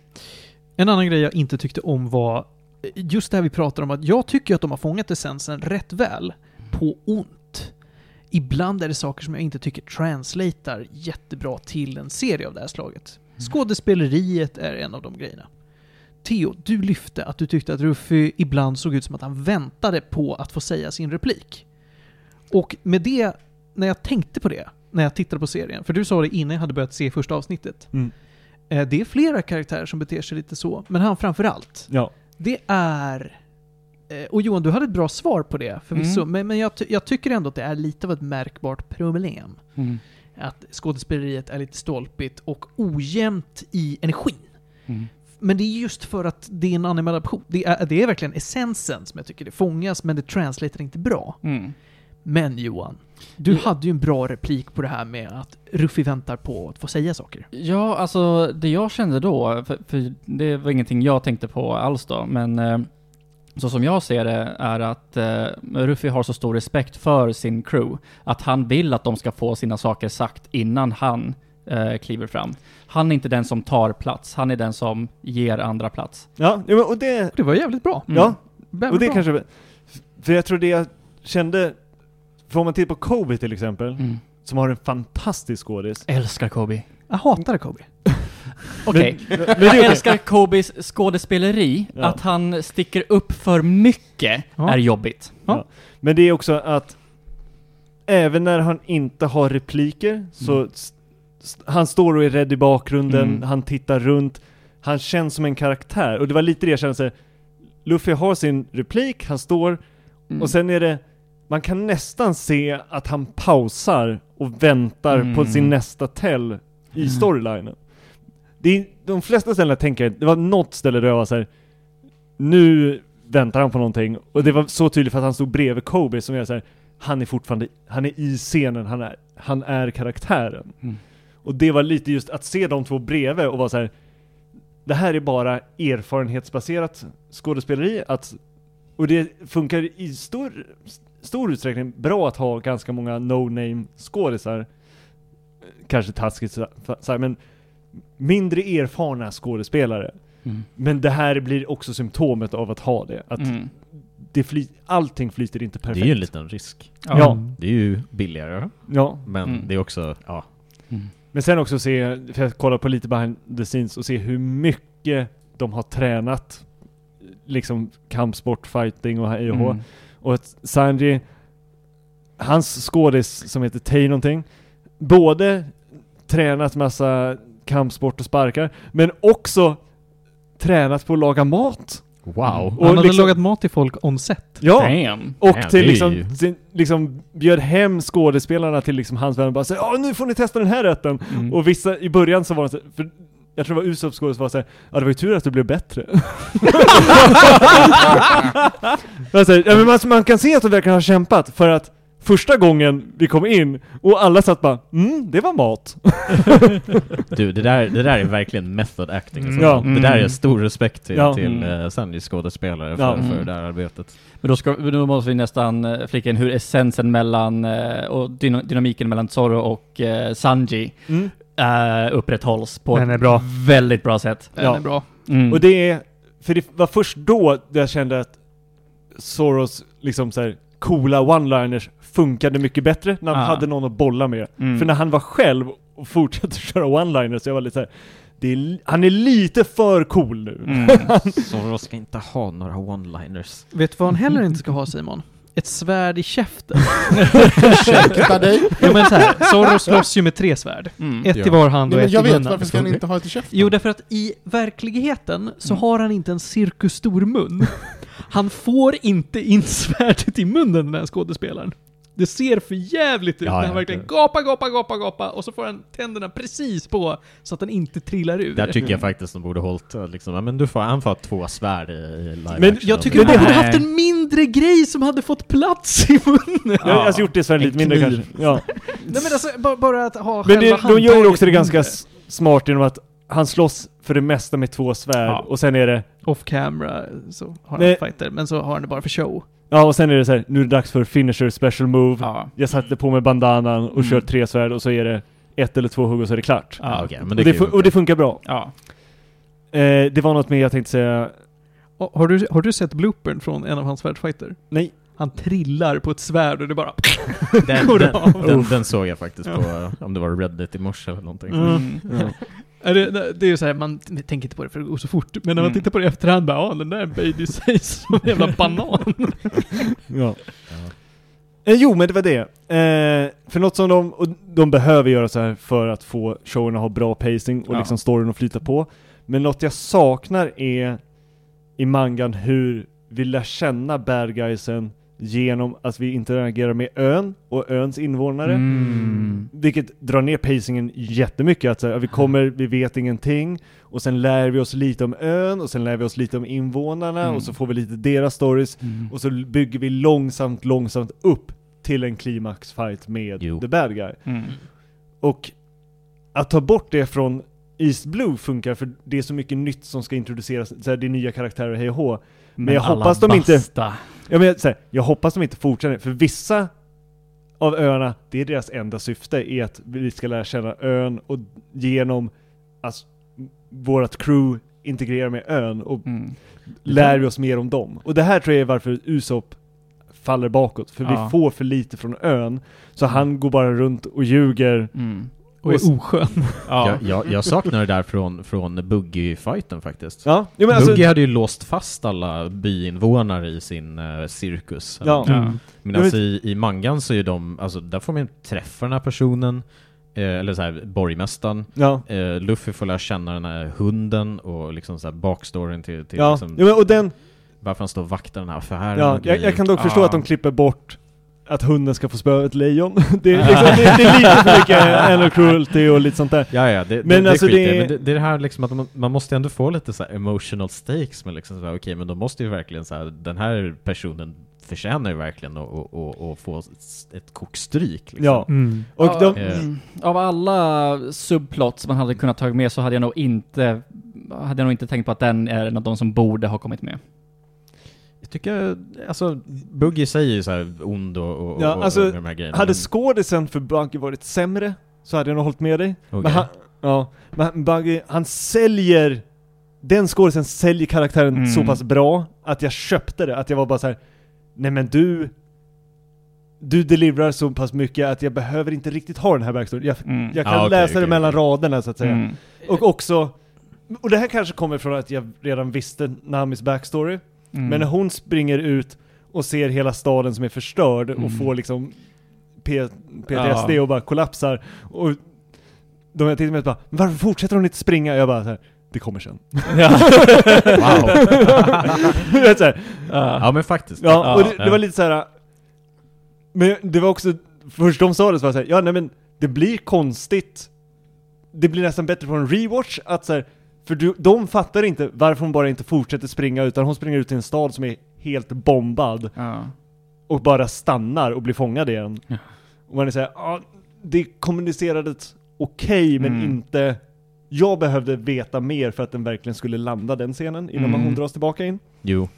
En annan grej jag inte tyckte om var just det här vi pratar om, att jag tycker att de har fångat essensen rätt väl på ont. Ibland är det saker som jag inte tycker translatar jättebra till en serie av det här slaget. Skådespeleriet är en av de grejerna. Theo, du lyfte att du tyckte att Ruffy ibland såg ut som att han väntade på att få säga sin replik. Och med det, när jag tänkte på det, när jag tittade på serien, för du sa det innan jag hade börjat se första avsnittet. Det är flera karaktärer som beter sig lite så, men han framförallt. Ja. Det är... Och Johan, du hade ett bra svar på det förvisso, men jag tycker ändå att det är lite av ett märkbart problem. Att skådespeleriet är lite stolpigt och ojämnt i energin. Men det är just för att det är en anime-adaption. Det är verkligen essensen som jag tycker det fångas, men det translaterar inte bra. Men Johan, du hade ju en bra replik på det här med att Ruffy väntar på att få säga saker. Ja, alltså det jag kände då, för det var ingenting jag tänkte på alls då, men så som jag ser det är att Ruffy har så stor respekt för sin crew att han vill att de ska få sina saker sagt innan han kliver fram. Han är inte den som tar plats, han är den som ger andra plats. Ja, och det var jävligt bra. Ja, och det kanske... För jag tror det jag kände... Får man titta på Kobe till exempel, som har en fantastisk skådis. Älskar Kobe. Jag hatar Kobe. Okej. Jag älskar Kobes skådespeleri. Ja. Att han sticker upp för mycket är jobbigt. Ja. Men det är också att även när han inte har repliker så han står och är rädd i bakgrunden, han tittar runt, han känns som en karaktär. Och det var lite det jag kände sig. Luffy har sin replik, han står och sen är det, man kan nästan se att han pausar och väntar på sin nästa tell i storylinen. De flesta ställen tänker jag, det var något ställe där jag var så här, nu väntar han på någonting, och det var så tydligt för att han stod bredvid Kobe som jag så här, han är i scenen, han är karaktären. Och det var lite just att se de två bredvid och vara så här, det här är bara erfarenhetsbaserat skådespeleri, och det funkar i stor utsträckning bra att ha ganska många no-name skådisar, kanske taskigt så här, men mindre erfarna skådespelare. Men det här blir också symptomet av att ha det. Att allting flyter inte perfekt. Det är ju en liten risk. Ja. Det är ju billigare. Ja. Men det är också, Men sen också se, för jag kollar på lite behind the scenes och se hur mycket de har tränat liksom kampsport, fighting och hej och hå. Och att Sanji, hans skådis som heter Tay någonting, både tränat massa kampsport och sparkar, men också tränat på att laga mat. Wow. Och han hade lagat mat till folk on set. Ja. Damn. Och till liksom bjöd hem skådespelarna till liksom hans vänner och bara så nu får ni testa den här rätten. Och vissa i början så var det så, för jag tror det var Usops skådespelare var så här, det var ju tur att det blev bättre. Men man kan se att de verkligen har kämpat, för att första gången vi kom in och alla satt bara, det var mat. Du, det där är verkligen method acting. Alltså. Det där är stor respekt till Sanjis skådespelare för det här arbetet. Men då måste vi nästan flika in hur essensen mellan och dynamiken mellan Zoro och Sanji upprätthålls på ett väldigt bra sätt. Den är bra. Och det är, för det var först då jag kände att Zoros liksom så här coola one-liners funkade mycket bättre när han hade någon att bolla med. För när han var själv och fortsatte köra one-liners, så jag var lite så här, han är lite för cool nu. Zoro ska inte ha några one-liners. Vet du vad han heller inte ska ha, Simon? Ett svärd i käften. Ursäkta dig. Ja, men så här, Zoro slåss ju med 3 svärd. Ett i var hand och ett i munnen. Jag vet, varför ska han inte ha ett i käften? Jo, därför att i verkligheten så har han inte en cirkusstor mun. Han får inte in svärdet i munnen, den här skådespelaren. Det ser för jävligt ut Ja, när han verkligen gapa och så får han tänderna precis på så att den inte trillar ur. Där tycker jag faktiskt de borde hållit liksom, ja, men han får 2 svärd i live Men action. jag tycker att de hade haft en mindre grej som hade fått plats i munnen. Jag har alltså gjort det så lite mindre kanske. Ja. Nej men alltså, bara att ha Men själva de gör ju också det handtaget ganska smart genom att han slåss för det mesta med 2 svärd och sen är det off camera så har Nej. han fighter, men så har han det bara för show. ja, och sen är det så här, nu är det dags för finisher special move. Ja. Jag satte på mig bandanan och kör 3 svärd och så är det 1 eller 2 hugg och så är det klart. Ja, okej, men Och det funkar bra. Ja. Det var något mer jag tänkte säga. Har du sett bloopern från en av hans svärdsfighter? Nej. Han trillar på ett svärd och det bara den såg jag faktiskt på, om det var Reddit i morse eller någonting. Ja. Det är ju så här, man tänker inte på det för det går så fort, men när man tittar på det i efterhand bara, den där böjde sig som en jävla banan. Ja. Jo, men det var det. För något som de behöver göra så här för att få showen att ha bra pacing och liksom storyn att flyta på. Men något jag saknar är i mangan hur vi lär känna bad guysen genom att vi interagerar med ön och öns invånare. Vilket drar ner pacingen jättemycket. Att så här, vi vet ingenting och sen lär vi oss lite om ön och sen lär vi oss lite om invånarna och så får vi lite deras stories och så bygger vi långsamt upp till en klimaxfight med the bad guy. Och att ta bort det från East Blue funkar för det är så mycket nytt som ska introduceras, så här, det är nya karaktärer hej och hå. Men jag hoppas de inte jag hoppas de inte fortsätter, för vissa av öarna, det är deras enda syfte är att vi ska lära känna ön och genom att vårat crew integrerar med ön och lär vi oss mer om dem. Och det här tror jag är varför Usopp faller bakåt, för vi får för lite från ön, så han går bara runt och ljuger och är oskön. Jag saknar det där från Buggy-fighten faktiskt. Ja. Jo, men Buggy hade ju låst fast alla byinvånare i sin cirkus. Men alltså i mangan så är de, alltså där får man träffa den här personen, eller så här borgmästaren. Luffy får lära känna den här hunden och liksom så här backstoryn till liksom, och den varför han står och vaktar den här affären. Jag kan dock förstå att de klipper bort att hunden ska få spöa ett lejon. Det är lite för mycket animal cruelty och lite sånt där. Men alltså det är det här liksom att man måste ändå få lite så här emotional stakes, men liksom så här, okej, men då måste ju verkligen så här, den här personen förtjänar ju verkligen att få ett kokstryk liksom. Och av alla subplots man hade kunnat ta med så hade jag nog inte tänkt på att den är en av de som borde ha kommit med. Jag tycker, alltså Buggy säger ju så här ond och alltså, och de här grejerna. Hade skådisen för Buggy varit sämre så hade jag nog hållit med dig. Okay. Men Buggy, han säljer, den skådisen säljer karaktären så pass bra att jag köpte det. Att jag var bara så här: nej men du deliverar så pass mycket att jag behöver inte riktigt ha den här backstory. Jag kan läsa det mellan raderna så att säga. Och också, och det här kanske kommer från att jag redan visste Namis backstory. Men när hon springer ut och ser hela staden som är förstörd och får liksom PTSD och bara kollapsar, och de jag tittar med bara, varför fortsätter hon inte springa? Jag bara så här, det kommer sen. Wow. Så här, ja men faktiskt. Och det var lite så här, men det var också först de sa det så var så här, nej men det blir konstigt. Det blir nästan bättre på en rewatch att så här, för de fattar inte varför hon bara inte fortsätter springa, utan hon springer ut till en stad som är helt bombad och bara stannar och blir fångad igen. Och man är såhär, det kommunicerades okej, men inte, jag behövde veta mer för att den verkligen skulle landa den scenen innan hon dras tillbaka in. Jo.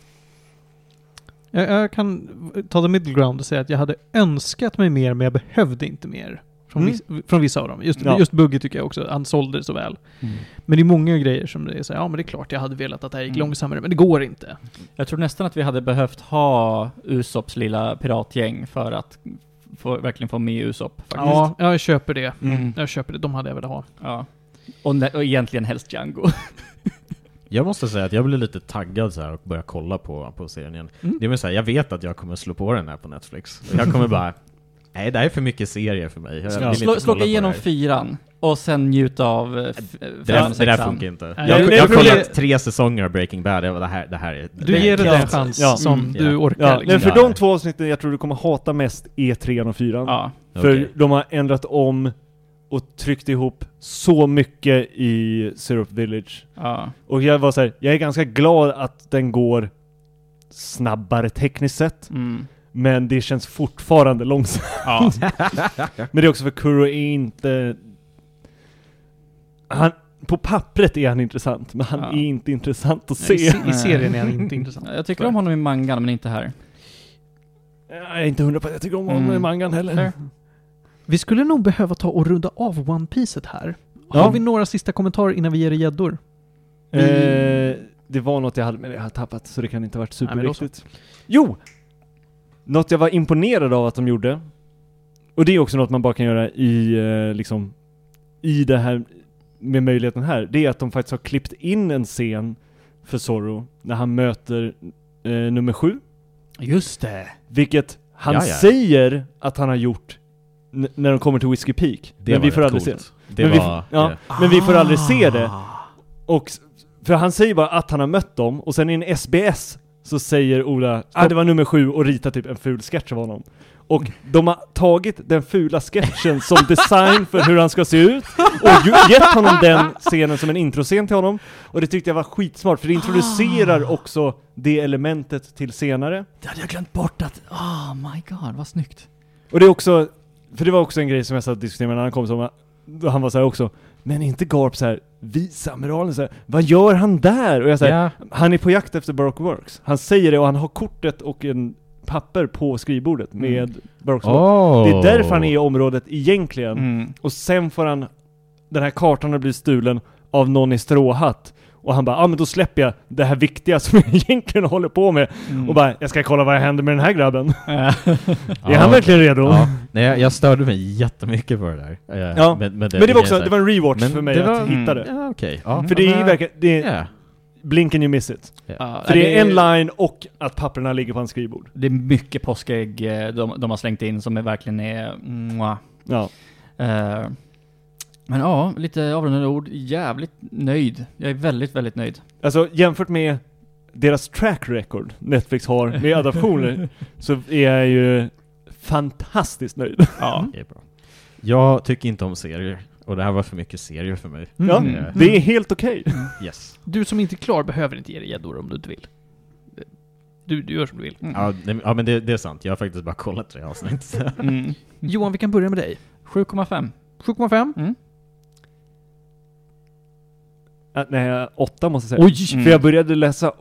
Jag kan ta the middle ground och säga att jag hade önskat mig mer, men jag behövde inte mer. Från vissa av dem. Just Buggy tycker jag också, han sålde det så väl. Men det är många grejer som det är så här, men det är klart jag hade velat att det här gick långsammare, men det går inte. Jag tror nästan att vi hade behövt ha Usopps lilla piratgäng för att verkligen få med Usopp faktiskt. Ja, jag köper det. Jag köper det, de hade jag velat ha. Ja. Och egentligen helst Django. Jag måste säga att jag blir lite taggad så här och börjar kolla på serien igen. Det är så här, jag vet att jag kommer slå på den här på Netflix. Jag kommer bara, nej, det här är för mycket serier för mig. Slå igenom 4. och sen njuta av Det där funkar inte. Nej, Jag har kollat 3 säsonger av Breaking Bad. Det här är... Du ger det en chans som du orkar. Ja, liksom. men för de 2 avsnitten jag tror du kommer hata mest är 3 och 4. Ja. För de har ändrat om och tryckt ihop så mycket i Syrup Village. Ja. Och jag var så här, jag är ganska glad att den går snabbare tekniskt sett. Men det känns fortfarande långsamt. Ja. Men det är också för Kuro är inte... På pappret är han intressant, men han är inte intressant att se. I serien är han inte intressant. Jag tycker om honom i mangan, men inte här. Jag är inte 100% på att jag tycker om honom i mangan heller. Vi skulle nog behöva ta och runda av One Piece här. Har vi några sista kommentarer innan vi ger gäddor? Det var något jag hade, men jag har tappat, så det kan inte ha varit superviktigt. Jo! Något jag var imponerad av att de gjorde, och det är också något man bara kan göra i det här med möjligheten här, det är att de faktiskt har klippt in en scen för Zorro när han möter nummer 7. Just det. Vilket han säger att han har gjort när de kommer till Whiskey Peak. Men vi får aldrig se det. Men vi får aldrig se det. Och för han säger bara att han har mött dem, och sen i en SBS så säger Ola det var nummer 7 och ritar typ en ful sketch av honom. Och de har tagit den fula sketchen som design för hur han ska se ut och gett honom den scenen som en introscen till honom. Och det tyckte jag var skitsmart, för det introducerar också det elementet till senare. Det hade jag glömt bort att... my god, vad snyggt. Och det är också... För det var också en grej som jag satt och diskuterade med en annan kompis om. Då han var så här också... Men inte Garp så här... Visamiralen så här... Vad gör han där? Och jag säger han är på jakt efter Baroque Works. Han säger det, och han har kortet och en papper på skrivbordet med Baroque Works. Det är därför han är i området egentligen. Och sen får han... Den här kartan har blivit stulen av någon i stråhatt. Och han bara, men då släpper jag det här viktiga som jag egentligen håller på med. Och bara, jag ska kolla vad händer med den här grabben. Är han verkligen redo? Ja. Nej, jag störde mig jättemycket på det där. Men det var också, det var en rewatch för mig att hitta det. Ja, okej. För det är ju verkligen, blink and you miss it. För det är en line och att papperna ligger på hans skrivbord. Det är mycket påskägg de har slängt in som är verkligen är... Ja. Men ja, lite avrundande ord. Jävligt nöjd. Jag är väldigt, väldigt nöjd. Alltså jämfört med deras track record Netflix har med adaptioner så är jag ju fantastiskt nöjd. Ja, det är bra. Jag tycker inte om serier, och det här var för mycket serier för mig. Ja, det är helt okej. Yes. Du som inte är klar behöver inte ge dig gäddor om du inte vill. Du gör som du vill. Ja, men det är sant. Jag har faktiskt bara kollat 3 avsnitt. Johan, vi kan börja med dig. 7,5. 7,5? Nej, 8 måste jag säga. För jag började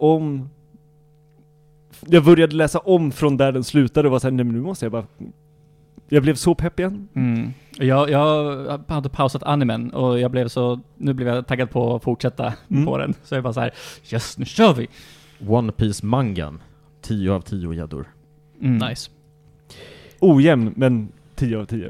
läsa om från där den slutade och var såhär, nej men nu måste jag bara... Jag blev så pepp igen. Jag hade pausat animen och nu blev jag taggad på att fortsätta på den. Så jag bara så här, yes, nu kör vi! One Piece mangan. 10 av 10 gäddor. Nice. Ojämn, men 10 av 10.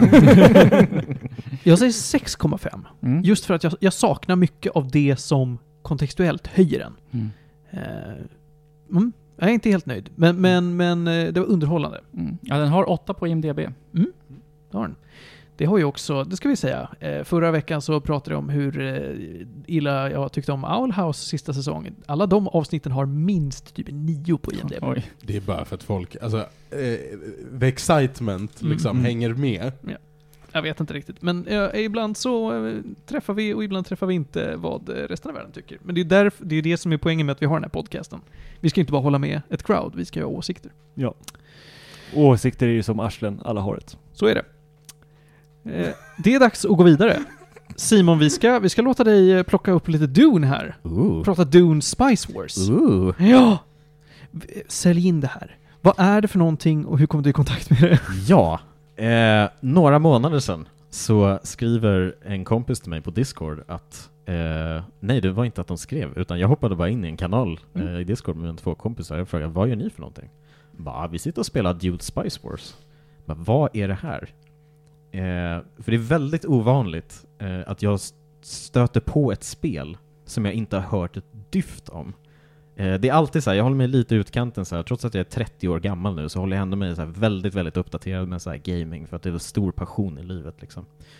Jag säger 6,5. Just för att jag saknar mycket av det som kontextuellt höjer den. Jag är inte helt nöjd. Men det var underhållande. Ja, den har 8 på IMDb. Det har den. Det har ju också, det ska vi säga, förra veckan så pratade jag om hur illa jag tyckte om Owl House sista säsongen. Alla de avsnitten har minst typ 9 på IMDb. Oj. Det är bara för att folk, alltså, the excitement liksom hänger med. Ja. Jag vet inte riktigt. Men ibland så träffar vi och ibland träffar vi inte vad resten av världen tycker. Men det är det som är poängen med att vi har den här podcasten. Vi ska inte bara hålla med ett crowd, vi ska ha åsikter. Ja. Åsikter är ju som arslen, alla har ett. Så är det. Det är dags att gå vidare. Simon, vi ska låta dig plocka upp lite Dune här. Prata Dune Spice Wars. Ja! Sälj in det här. Vad är det för någonting och hur kom du i kontakt med det? Ja, några månader sedan så skriver en kompis till mig på Discord att nej, det var inte att de skrev, utan jag hoppade bara in i en kanal i Discord med 2 kompisar. Jag frågade, vad gör ni för någonting? Vi sitter och spelar Dune Spice Wars. Vad är det här? För det är väldigt ovanligt att jag stöter på ett spel som jag inte har hört ett dyft om. Det är alltid så här, jag håller mig lite utkanten så här, trots att jag är 30 år gammal nu så håller jag ändå mig så här väldigt, väldigt uppdaterad med så här gaming, för att det är en stor passion i livet liksom.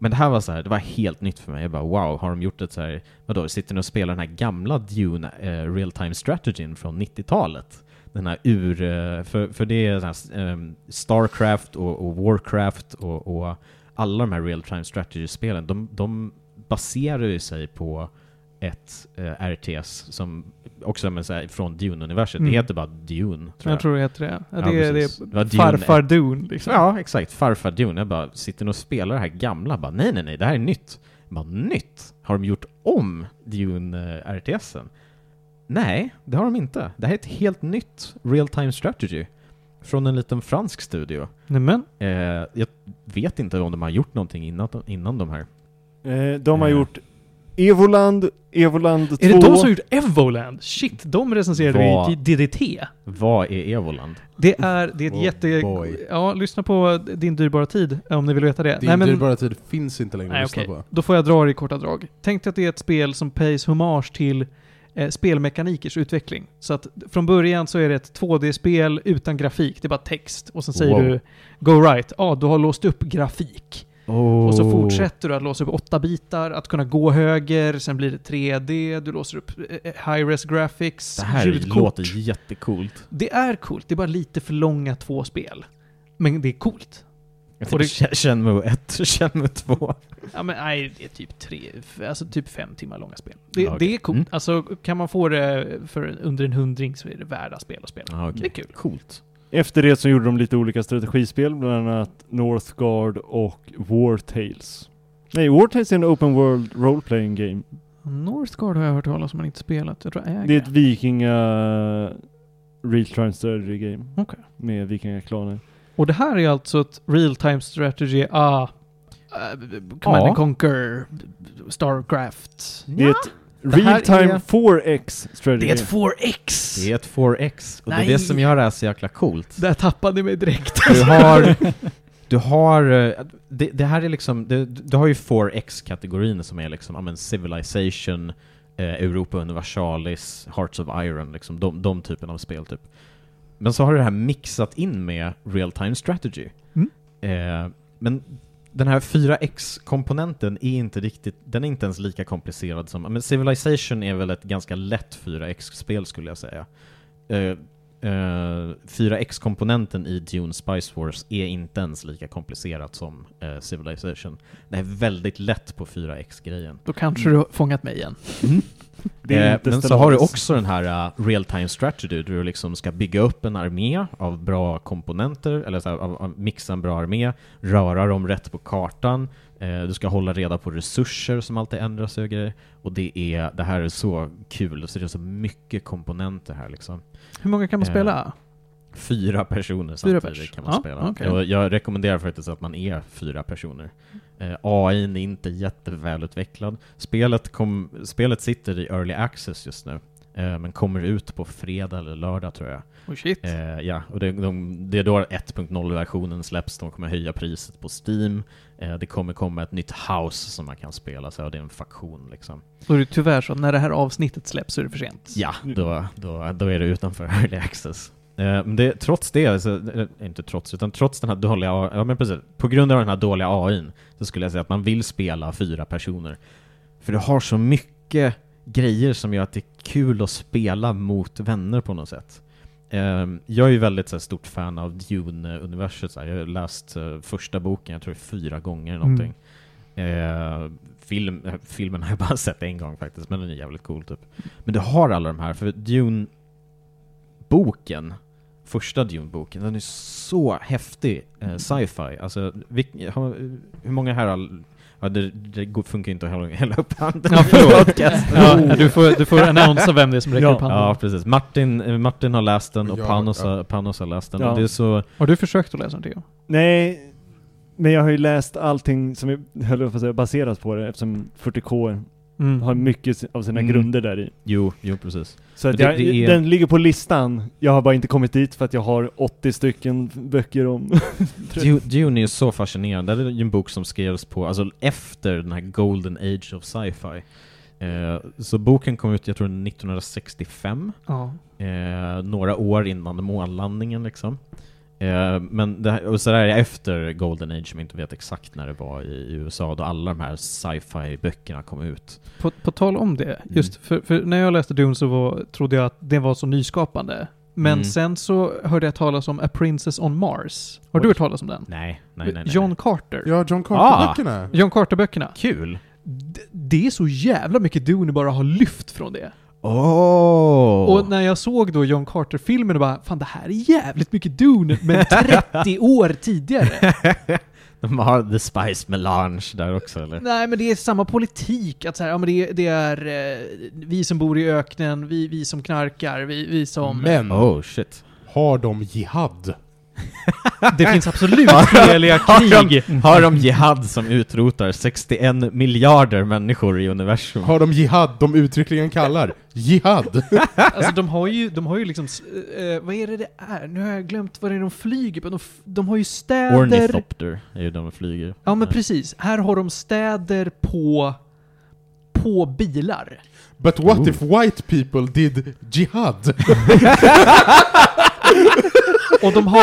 Men det här var så här, det var helt nytt för mig. Jag bara, wow, har de gjort ett så här, vadå, sitter ni och spelar den här gamla Dune real-time strategin från 90-talet? Den här för det är här, Starcraft och Warcraft och alla de här real-time strategy-spelen, de baserar ju sig på ett RTS som också är så här, från Dune-universet. Det heter bara Dune, tror jag. Jag tror det heter det. Ja, det är Dune. farfar Dune. Liksom. Ja, exakt. Farfar Dune. Jag bara sitter och spelar det här gamla. Bara, nej, det här är nytt. Jag bara, nytt? Har de gjort om Dune-RTSen? Nej, det har de inte. Det här är ett helt nytt real-time strategy från en liten fransk studio. Nämen. Jag vet inte om de har gjort någonting innan de här. De har gjort Evoland 2. Är det de som har gjort Evoland? Shit, de recenserade vi i DDT. Vad är Evoland? Det är ett Ja, lyssna på Din dyrbara tid om ni vill veta det. Din dyrbara tid finns inte längre att lyssna på. Då får jag dra det i korta drag. Tänk dig att det är ett spel som pays hommage till spelmekanikers utveckling. Så att från början så är det ett 2D-spel utan grafik. Det är bara text. Och sen säger du go right. Ja, du har låst upp grafik. Och så fortsätter du att låsa upp 8 bitar, att kunna gå höger, sen blir det 3D, du låser upp high-res graphics, det här ljudkort. Låter jättecoolt. Det är coolt, det är bara lite för långa 2 spel. Men det är coolt. Shenmue 1, Shenmue 2. Ja men nej, det är typ 5 timmar långa spel. Det är coolt. Alltså kan man få det för under en 100 så är det värda spel att spela. Det är kul. Coolt. Efter det så gjorde de lite olika strategispel, bland annat Northgard och War Tales. Nej, War Tales är en open world role-playing game. Northgard har jag hört talas om men inte spelat. Jag tror det är ett vikinga real-time strategy game. Okay. Med vikingaklaner. Och det här är alltså ett real-time strategy Command and Conquer, Starcraft. Det är ett real-time 4X strategy. Det är ett 4X! Det är ett 4X. Och det är det som gör det här så jäkla coolt. Där tappade ni mig direkt. Du har det här är liksom du har ju 4X-kategorin som är liksom Civilization, Europa Universalis, Hearts of Iron, liksom de typen av spel typ. Men så har du det här mixat in med real-time strategy. Men den här 4X-komponenten är inte riktigt, den är inte ens lika komplicerad som, men Civilization är väl ett ganska lätt 4X-spel skulle jag säga. 4X-komponenten i Dune Spice Wars är inte ens lika komplicerat som Civilization. Det är väldigt lätt på 4X-grejen. Då kanske du har fångat mig igen. Men så har du också den här real-time strategy där du liksom ska bygga upp en armé av bra komponenter, eller så här, mixa en bra armé, röra dem rätt på kartan. Du ska hålla reda på resurser som alltid ändras och grejer. Och det här är så kul, så det är så mycket komponenter här liksom. Hur många kan man spela? 4 personer samtidigt kan man spela. Okay. Och jag rekommenderar faktiskt att man är 4 personer. AI är inte jättevälutvecklad. Spelet sitter i early access just nu. Men kommer ut på fredag eller lördag tror jag. Oh shit. Ja, och det är då 1.0-versionen släpps. De kommer höja priset på Steam. Det kommer komma ett nytt house som man kan spela. Så det är en faktion liksom. Så är det tyvärr så att när det här avsnittet släpps så är det för sent. Ja, då är det utanför early access. Men trots det, alltså, inte trots, utan trots den här dåliga ja men precis, på grund av den här dåliga AI:n så skulle jag säga att man vill spela 4 personer. För du har så mycket grejer som gör att det är kul att spela mot vänner på något sätt. Jag är ju väldigt så här, stort fan av Dune-universet. Jag har läst första boken, jag tror 4 gånger eller någonting. Filmen har jag bara sett en gång faktiskt, men den är jävligt cool typ. Men du har alla de här, för Dune-boken, första Dune-boken, den är så häftig sci-fi. Alltså, hur många här det funkar inte att hälla upp handen. Ja, förlåt. Du får annonsa vem det är som räcker upp handen. Ja, precis. Martin har läst den och Panos har läst den. Ja. Och det är så... Har du försökt att läsa den, Theo? Nej, men jag har ju läst allting som är baserat på det, eftersom 40K har mycket av sina grunder där i. Jo, precis. Så att den ligger på listan. Jag har bara inte kommit dit för att jag har 80 stycken böcker om. Dune är ju så fascinerande. Det är ju en bok som skrevs på, alltså efter den här golden age of sci-fi. Så boken kom ut, jag tror 1965. Några år innan månlandningen liksom. Men och så där är efter Golden Age, som jag inte vet exakt när det var i USA, då alla de här sci-fi-böckerna kom ut. På tal om det, just för när jag läste Dune så trodde jag att det var så nyskapande. Men sen så hörde jag talas om A Princess on Mars. Har du hört talas om den? Nej. John Carter. Ja, John Carter-böckerna. John Carter-böckerna. Kul! Det är så jävla mycket Dune bara har lyft från det. Och när jag såg då John Carter-filmen och bara, fan det här är jävligt mycket Dune, men 30 år tidigare. De har The Spice Melange där också, eller? Nej, men det är samma politik. Att så här, ja, men det är vi som bor i öknen, vi som knarkar, vi som... Men, shit. Har de jihad? Det finns absolut fredliga krig. Har de jihad som utrotar 61 miljarder människor i universum? Har de jihad de uttryckligen kallar jihad? Alltså de har ju liksom vad är det är? Nu har jag glömt vad det är de flyger på. De har ju städer... Ornithopter är ju de flyger. Ja, men precis. Här har de städer på bilar. But what if white people did jihad? Och de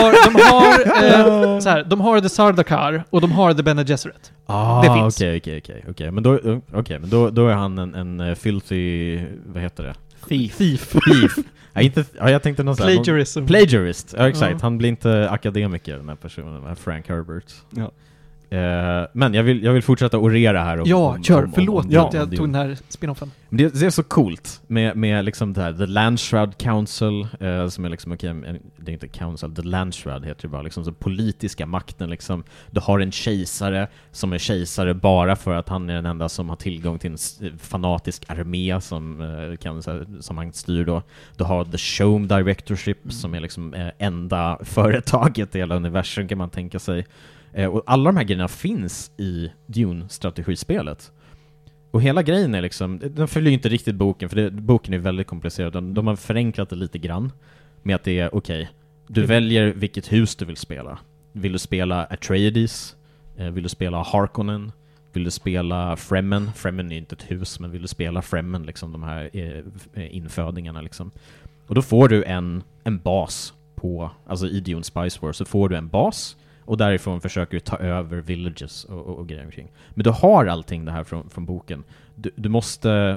har The Sardaukar och de har The Bene Gesserit. Det finns. Okej. Men då är han en filthy, vad heter det? Thief. Jag tänkte någon Plagiarism. Plagiarist, ja exakt. Han blir inte akademiker, den här personen, Frank Herbert. Ja. Men jag vill fortsätta orera här. Förlåt att jag tog den här spin-offen. Det är så coolt med liksom det här The Landshroud Council, som är liksom, det är inte Council, The Landshroud heter det bara, liksom så politiska makten liksom. Du har en kejsare som är kejsare bara för att han är den enda som har tillgång till en fanatisk armé som han styr då. Du har The Shome Directorship som är liksom enda företaget i hela universum, kan man tänka sig. Och alla de här grejerna finns i Dune-strategispelet. Och hela grejen är liksom, den följer ju inte riktigt boken, för boken är väldigt komplicerad. De har förenklat det lite grann med att det är okej, du väljer vilket hus du vill spela. Vill du spela Atreides? Vill du spela Harkonnen? Vill du spela Fremen? Fremen är inte ett hus, men vill du spela Fremen, liksom de här infödingarna liksom. Och då får du en bas alltså i Dune Spice Wars så får du en bas. Och därifrån försöker du ta över villages och grejer omkring. Men du har allting det här från boken. Du måste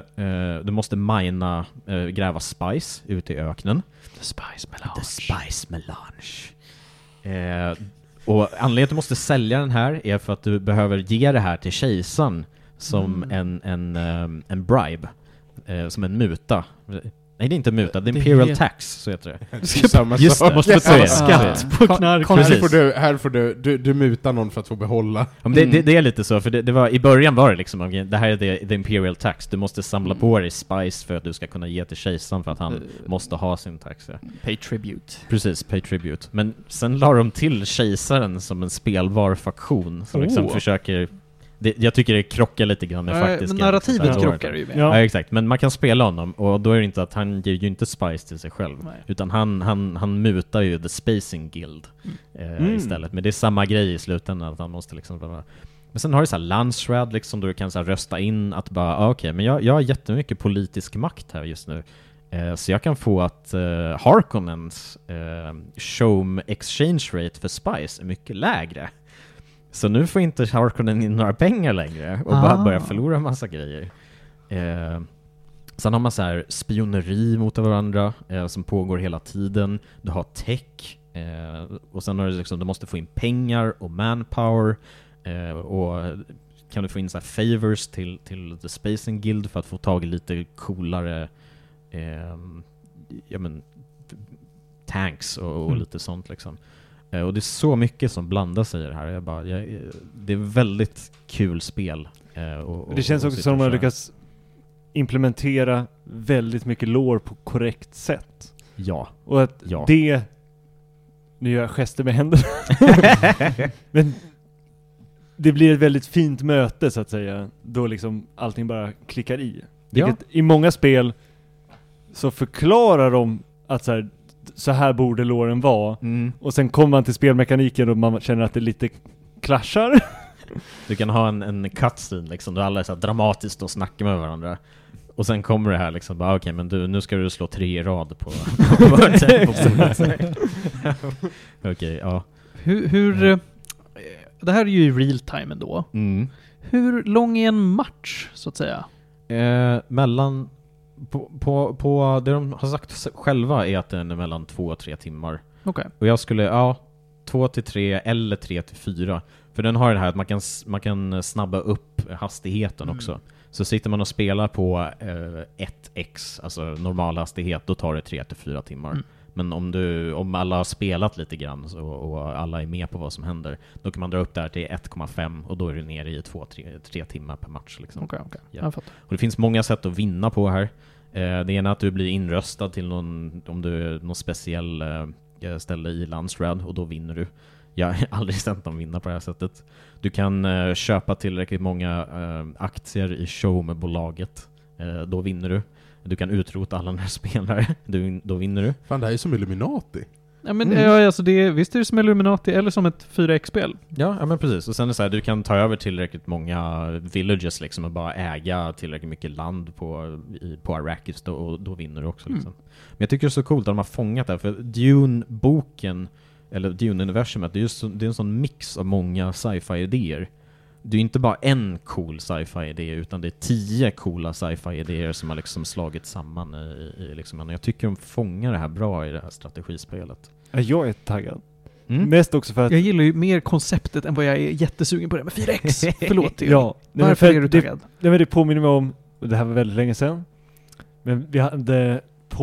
gräva spice ute i öknen. The Spice Melange. Och anledningen till att du måste sälja den här är för att du behöver ge det här till kejsaren som en bribe. Som en muta. Nej, det är inte muta, det är Imperial Tax, så heter det. Just det, måste säga. Skatt på knark. Här får du mutar någon för att få behålla. Ja, men det är lite så, för det var, i början var det liksom, det här är the Imperial Tax. Du måste samla på dig spice för att du ska kunna ge till kejsaren för att han måste ha sin tax. Ja. Pay tribute. Precis, pay tribute. Men sen la de till kejsaren som en spelbar faktion som liksom försöker... jag tycker det krockar lite grann med faktiskt. Men narrativet krockar ju med. Ja, exakt. Men man kan spela honom och då är det inte att han ger ju inte spice till sig själv. Nej. Utan han mutar ju The Spacing Guild istället. Men det är samma grej i slutändan att han måste liksom bara... Men sen har du så här Landsrad liksom, då du kan så här rösta in att bara okej, men jag har jättemycket politisk makt här just nu. Så jag kan få att Harkonnens Shome exchange rate för spice är mycket lägre. Så nu får inte Harkonnen in några pengar längre och bara börjar förlora en massa grejer. Sen har man så här spioneri mot varandra som pågår hela tiden. Du har tech och sen har du liksom, du måste få in pengar och manpower och kan du få in så här favors till The Spacing Guild för att få tag i lite coolare tanks och lite sånt liksom. Och det är så mycket som blandar sig i det här. Det är väldigt kul spel. Det känns också som att man lyckas implementera väldigt mycket lore på korrekt sätt. Ja. Och att det... Nu gör jag gester med händerna. Men det blir ett väldigt fint möte så att säga. Då liksom allting bara klickar i. Vilket i många spel så förklarar de att så här borde loren vara. Och sen kommer man till spelmekaniken och man känner att det lite clashar. Du kan ha en cutscene liksom, där alla är så här dramatiskt och snackar med varandra. Och sen kommer det här liksom, bara okej, men nu ska du slå 3 i rad på bordet. Okej, ja. Hur det här är ju i real time ändå. Mm. Hur lång är en match, så att säga? Mellan på det de har sagt själva är att den är mellan 2 och 3 timmar. Okej. Och jag skulle, 2 till 3 eller 3 till 4. För den har det här att man kan snabba upp hastigheten också. Så sitter man och spelar på 1x, alltså normal hastighet, då tar det 3 till 4 timmar. Men om alla har spelat lite grann och alla är med på vad som händer, då kan man dra upp där till 1,5 och då är det nere i 2-3 timmar per match. Liksom. Okej. Ja. Och det finns många sätt att vinna på här. Det ena är att du blir inröstad till om du är någon speciell ställe i Landsrad, och då vinner du. Jag har aldrig sett dem vinna på det här sättet. Du kan köpa tillräckligt många aktier i showmebolaget. Då vinner du. Du kan utrota alla när spelare. Då vinner du. Fan, det här är som Illuminati. Ja, men alltså visst är det som Illuminati eller som ett 4X-spel. Ja, men precis. Och sen är det så här, du kan ta över tillräckligt många villages liksom, och bara äga tillräckligt mycket land på Arrakis, och då vinner du också. Liksom. Men jag tycker det är så coolt att de har fångat det här, för Dune-boken, eller Dune-universumet, det är en sån mix av många sci-fi-idéer. Det är inte bara en cool sci-fi-idé, utan det är 10 coola sci-fi-idéer som har liksom slagit samman i liksom, och jag tycker de fångar det här bra i det här strategispelet. Jag är taggad. Mest också för att... Jag gillar ju mer konceptet än vad jag är jättesugen på det med 4X. Förlåt. Ja, varför är du taggad? Det påminner mig om, och det här var väldigt länge sedan, men vi hade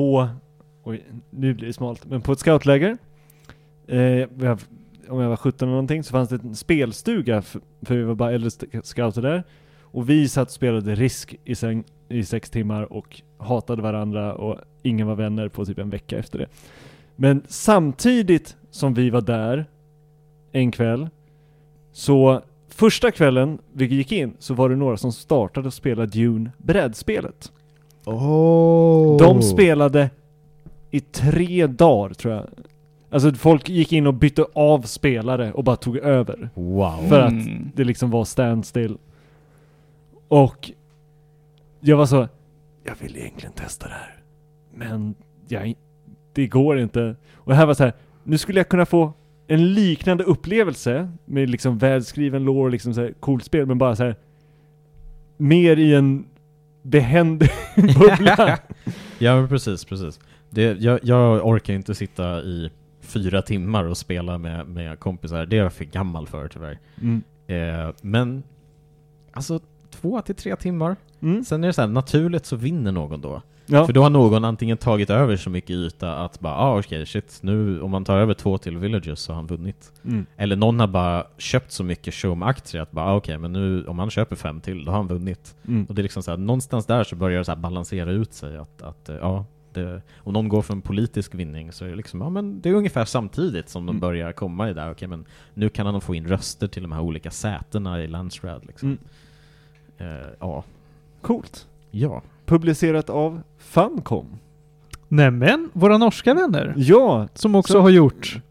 nu blir det smalt, men på ett scoutläger, om jag var 17 eller någonting, så fanns det en spelstuga för vi var bara äldre scouter där, och vi satt och spelade Risk i 6 timmar och hatade varandra, och ingen var vänner på typ en vecka efter det. Men samtidigt som vi var där en kväll, så första kvällen vi gick in, så var det några som startade att spela Dune brädspelet. De spelade i 3 dagar, tror jag. Alltså folk gick in och bytte av spelare och bara tog över. Wow. För att det liksom var standstill. Och jag var så, jag vill egentligen testa det här, men det går inte. Och här var så här, nu skulle jag kunna få en liknande upplevelse med liksom välskriven lore, liksom så här coolt spel, men bara så här mer i en behändig bubbla. Ja, men precis. Jag orkar inte sitta i 4 timmar och spela med kompisar. Det är jag för gammal för, tyvärr. Men alltså 2 till 3 timmar. Sen är det så här, naturligt så vinner någon då. Ja. För då har någon antingen tagit över så mycket yta att bara, okej, shit, nu om man tar över 2 till villages så har han vunnit. Eller någon har bara köpt så mycket showm-aktier att bara, okej, men nu om han köper 5 till, då har han vunnit. Och det är liksom så här, någonstans där så börjar det så här balansera ut sig att om någon går för en politisk vinning så är det liksom, men det är ungefär samtidigt som de börjar komma i där, okej, men nu kan han få in röster till de här olika sätena i Landsrad liksom. Coolt. Ja. Publicerat av Funcom. Nämen, våra norska vänner. Ja. Som också har gjort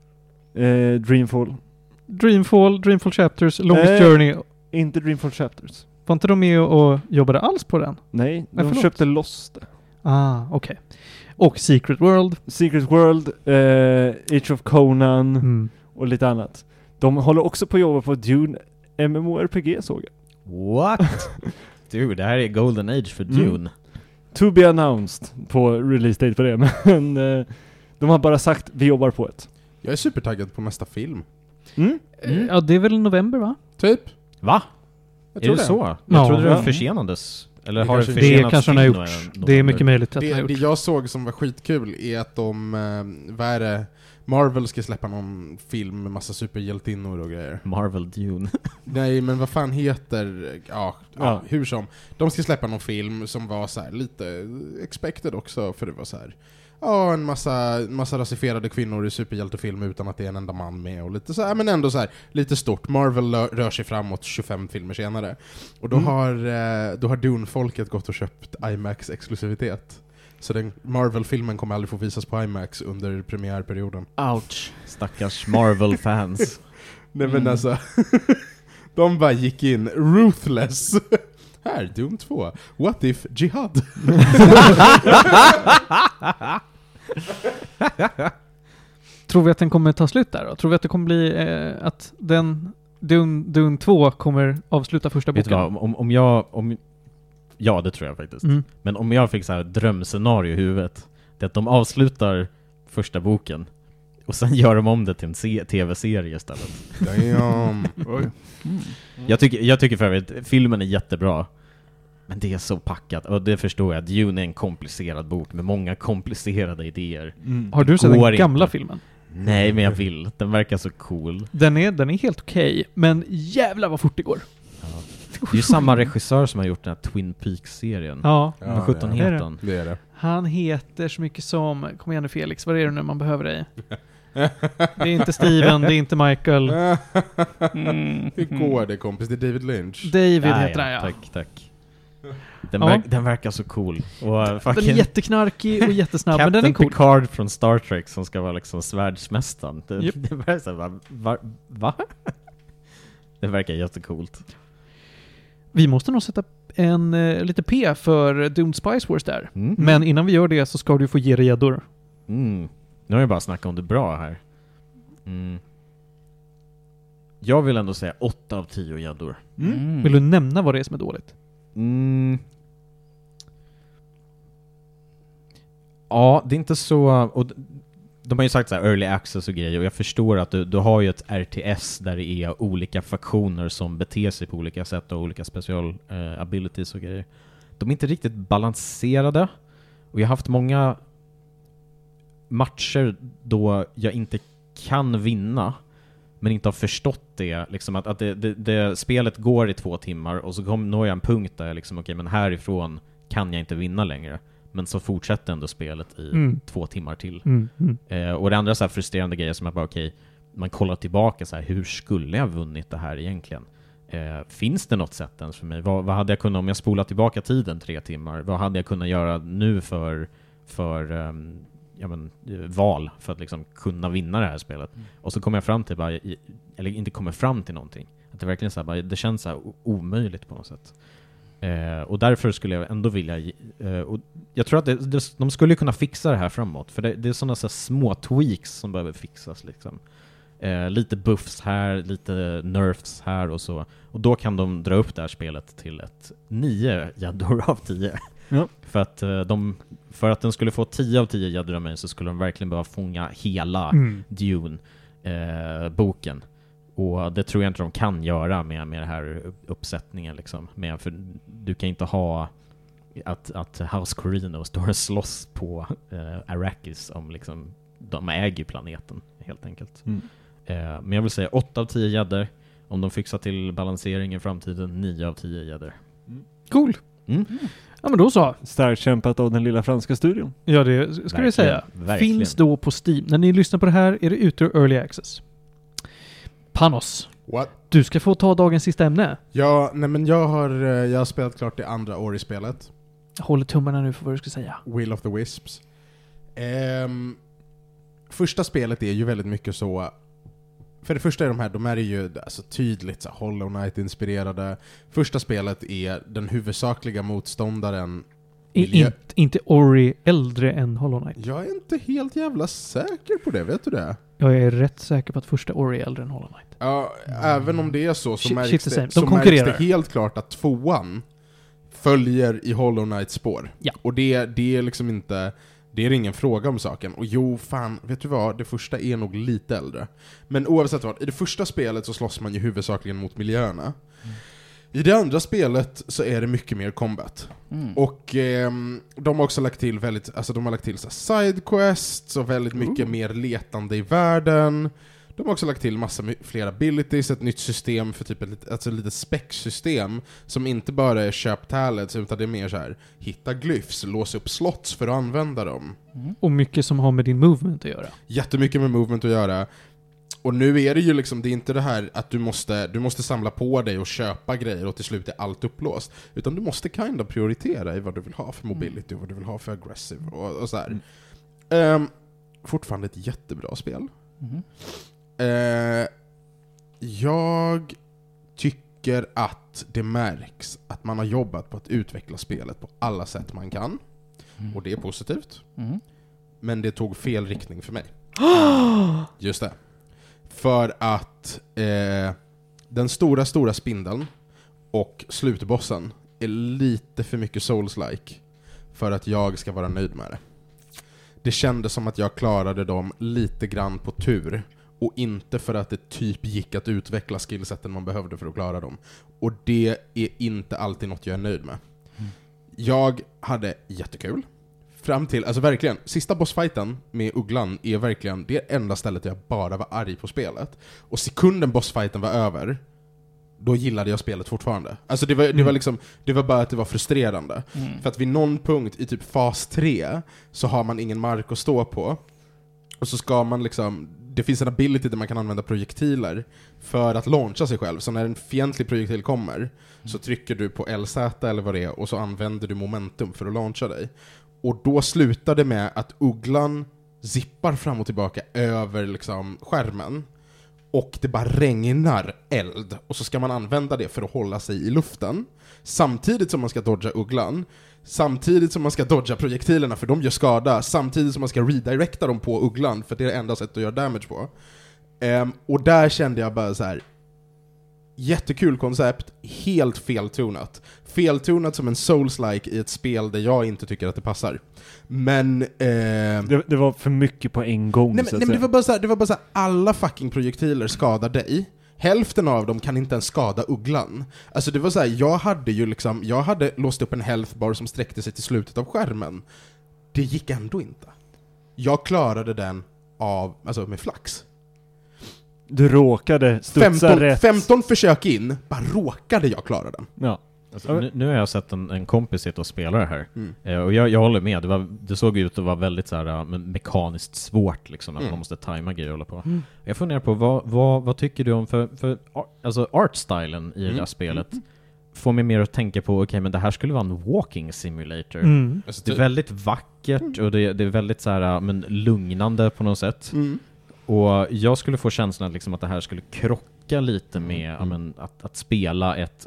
Dreamfall Chapters, Longest Journey. Inte Dreamfall Chapters. Var inte de med och jobbade alls på den? Nej, de köpte loss det. Okej. Och Secret World, Age of Conan och lite annat. De håller också på att jobba på Dune MMORPG, såg jag. What? Dude, det här är Golden Age för Dune. To be announced på release date på det, men de har bara sagt vi jobbar på ett. Jag är supertaggad på nästa film. Ja, det är väl november, va? Typ. Va? Jag tror är det så? Ja. Jag trodde det försenades. Eller har det kanske- Det kanske den har gjort. Det är mycket möjligt att den har Det gjort. jag såg som var skitkul är att Marvel ska släppa någon film med massa superhjältinnor och grejer. Marvel Dune. Nej, men vad fan heter... Ja, hur som. De ska släppa någon film som var så här lite expected också, för det var så här. Ja, en massa rasifierade kvinnor i superhjältefilm utan att det är en enda man med och lite så här, men ändå så här lite stort. Marvel rör sig framåt 25 filmer senare. Och då har Dune-folket gått och köpt IMAX-exklusivitet. Så den Marvel-filmen kommer aldrig få visas på IMAX under premiärperioden. Ouch. Stackars Marvel-fans. Nej, men alltså de bara gick in ruthless Här, Doom 2. What if Jihad? Tror vi att den kommer ta slut där då? Tror vi att det kommer bli att den Doom 2 kommer avsluta första Vet du boken? vad, ja, det tror jag faktiskt. Men om jag fick så här drömscenario i huvudet, det är att de avslutar första boken och sen gör de om det till en tv-serie istället. Jag tycker för övrigt filmen är jättebra, men det är så packat, och det förstår jag. Dune är en komplicerad bok med många komplicerade idéer. Har du sett den gamla filmen? Nej, men jag vill. Den verkar så cool. Den är helt okej, men jävlar vad fort det går. Ja. Det är ju samma regissör som har gjort den här Twin Peaks-serien. Ja. Vad 17 heter han? Det är det. Han heter så mycket som... Kom igen nu Felix, vad är det nu man behöver dig? Det är inte Steven, det är inte Michael. Hur går det, kompis? Det är David Lynch. David heter han, ja. Tack. Den verkar så cool. Och den är jätteknarkig och jättesnabb, men den är cool. Picard från Star Trek som ska vara liksom svärdsmästaren. Det verkar så här, va? Det verkar jättecoolt. Vi måste nog sätta en lite P för Doom Spice Wars där. Men innan vi gör det så ska du få ge dig gäddor. Nu har jag bara snackat om det bra här. Jag vill ändå säga 8 av 10 gäddor. Vill du nämna vad det är som är dåligt? Ja, det är inte så... Och de har ju sagt så här early access och grejer, och jag förstår att du har ju ett RTS där det är olika faktioner som beter sig på olika sätt och olika special abilities och grejer. De är inte riktigt balanserade, och jag har haft många matcher då jag inte kan vinna men inte har förstått det, liksom att det spelet går i 2 timmar och så når jag en punkt där jag liksom, okej, men härifrån kan jag inte vinna längre, men så fortsätter ändå spelet i 2 timmar till. Och det andra så här frustrerande grejer som att bara, okej, man kollar tillbaka så här, hur skulle jag vunnit det här egentligen? Finns det något sätt ens för mig? Vad hade jag kunnat, om jag spolar tillbaka tiden 3 timmar, vad hade jag kunnat göra nu för val för att liksom kunna vinna det här spelet? Och så kommer jag fram till eller inte kommer fram till någonting. Att det verkligen så här, det känns så här omöjligt på något sätt. Och därför skulle jag ändå vilja och jag tror att de skulle kunna fixa det här framåt, för det är sådana så små tweaks som behöver fixas liksom. Lite buffs här, lite nerfs här och så, och då kan de dra upp det här spelet till ett 9 gäddor av 10. Ja. För att den skulle få 10 av 10 gäddor av mig, så skulle de verkligen behöva fånga hela Dune boken. Och det tror jag inte de kan göra med den här uppsättningen liksom. För du kan inte ha att House Corino står och slåss på Arrakis om liksom, de äger planeten helt enkelt. Men jag vill säga 8 av 10 gäddor. Om de fixar till balansering i framtiden, 9 av 10 gäddor. Cool. Ja, men då så. Starkt kämpat av den lilla franska studion. Ja, det ska vi säga. Verkligen. Finns då på Steam. När ni lyssnar på det här är det ute ur Early Access. Panos. What? Du ska få ta dagens sista ämne. Ja, nej, men jag har spelat klart det andra Ori-spelet. Jag håller tummarna nu för vad du ska säga. Will of the Wisps. Första spelet är ju väldigt mycket så... För det första är de är ju alltså tydligt så Hollow Knight-inspirerade. Första spelet är den huvudsakliga motståndaren. Inte Ori äldre än Hollow Knight. Jag är inte helt jävla säker på det, vet du det? Jag är rätt säker på att första Ori är äldre än Hollow Knight. Ja, även om det är så märks det helt klart att 2:an följer i Hollow Knights spår. Ja. Och det är liksom inte... Det är ingen fråga om saken. Och jo, fan, vet du vad? Det första är nog lite äldre. Men oavsett vad, i det första spelet så slåss man ju huvudsakligen mot miljöerna. I det andra spelet så är det mycket mer combat. Och de har också lagt till så sidequests och väldigt mycket mer letande i världen. De har också lagt till massa fler abilities, ett nytt system för typ ett litet spec-system som inte bara är köp talents, utan det är mer så här: hitta glyphs, låsa upp slots för att använda dem. Och mycket som har med din movement att göra. Jättemycket med movement att göra. Och nu är det ju liksom, det är inte det här att du måste samla på dig och köpa grejer och till slut är allt upplåst, utan du måste kind of prioritera i vad du vill ha för mobility och vad du vill ha för aggressive och så här. Fortfarande ett jättebra spel. Jag tycker tycker att det märks att man har jobbat på att utveckla spelet på alla sätt man kan. Och det är positivt. Men det tog fel riktning för mig. Just det. För att den stora spindeln och slutbossen är lite för mycket Souls-like för att jag ska vara nöjd med det. Det kändes som att jag klarade dem lite grann på tur och inte för att det typ gick att utveckla skillsetten man behövde för att klara dem. Och det är inte alltid något jag är nöjd med. Jag hade jättekul. Fram till, alltså verkligen, sista bossfighten med Ugglan är verkligen det enda stället där jag bara var arg på spelet. Och sekunden bossfighten var över, då gillade jag spelet fortfarande. Alltså det var liksom, det var bara att det var frustrerande. För att vid någon punkt i typ fas 3 så har man ingen mark att stå på. Och så ska man liksom, det finns en ability där man kan använda projektiler för att launcha sig själv. Så när en fientlig projektil kommer så trycker du på LZ eller vad det är och så använder du momentum för att launcha dig. Och då slutar det med att Ugglan zippar fram och tillbaka över liksom skärmen. Och det bara regnar eld. Och så ska man använda det för att hålla sig i luften. Samtidigt som man ska dodga Ugglan. Samtidigt som man ska dodga projektilerna för de gör skada. Samtidigt som man ska redirecta dem på Ugglan för det är det enda sättet att göra damage på. Och där kände jag bara så här. Jättekul koncept, helt feltonat. Feltonat som en Souls-like i ett spel där jag inte tycker att det passar. Men det var för mycket på en gång. Nej, men det var bara så här, alla fucking projektiler skadar dig. Hälften av dem kan inte ens skada Ugglan. Alltså det var så här, jag hade låst upp en health bar som sträckte sig till slutet av skärmen. Det gick ändå inte. Jag klarade den med flax. Du råkade studsa rätt. 15 försök in, bara råkade jag klara den. Ja. Alltså, nu har jag sett en kompis sitta och spela det här. Och jag håller med. Det såg ut att vara väldigt så här, mekaniskt svårt liksom, att man måste tajma grejer och hålla på. Jag funderar på, vad tycker du om för alltså artstylen i det här spelet får mig mer att tänka på, okej, men det här skulle vara en walking simulator. Alltså, det är väldigt vackert och det är väldigt så här, men lugnande på något sätt. Och jag skulle få känslan liksom att det här skulle krocka lite med att spela ett...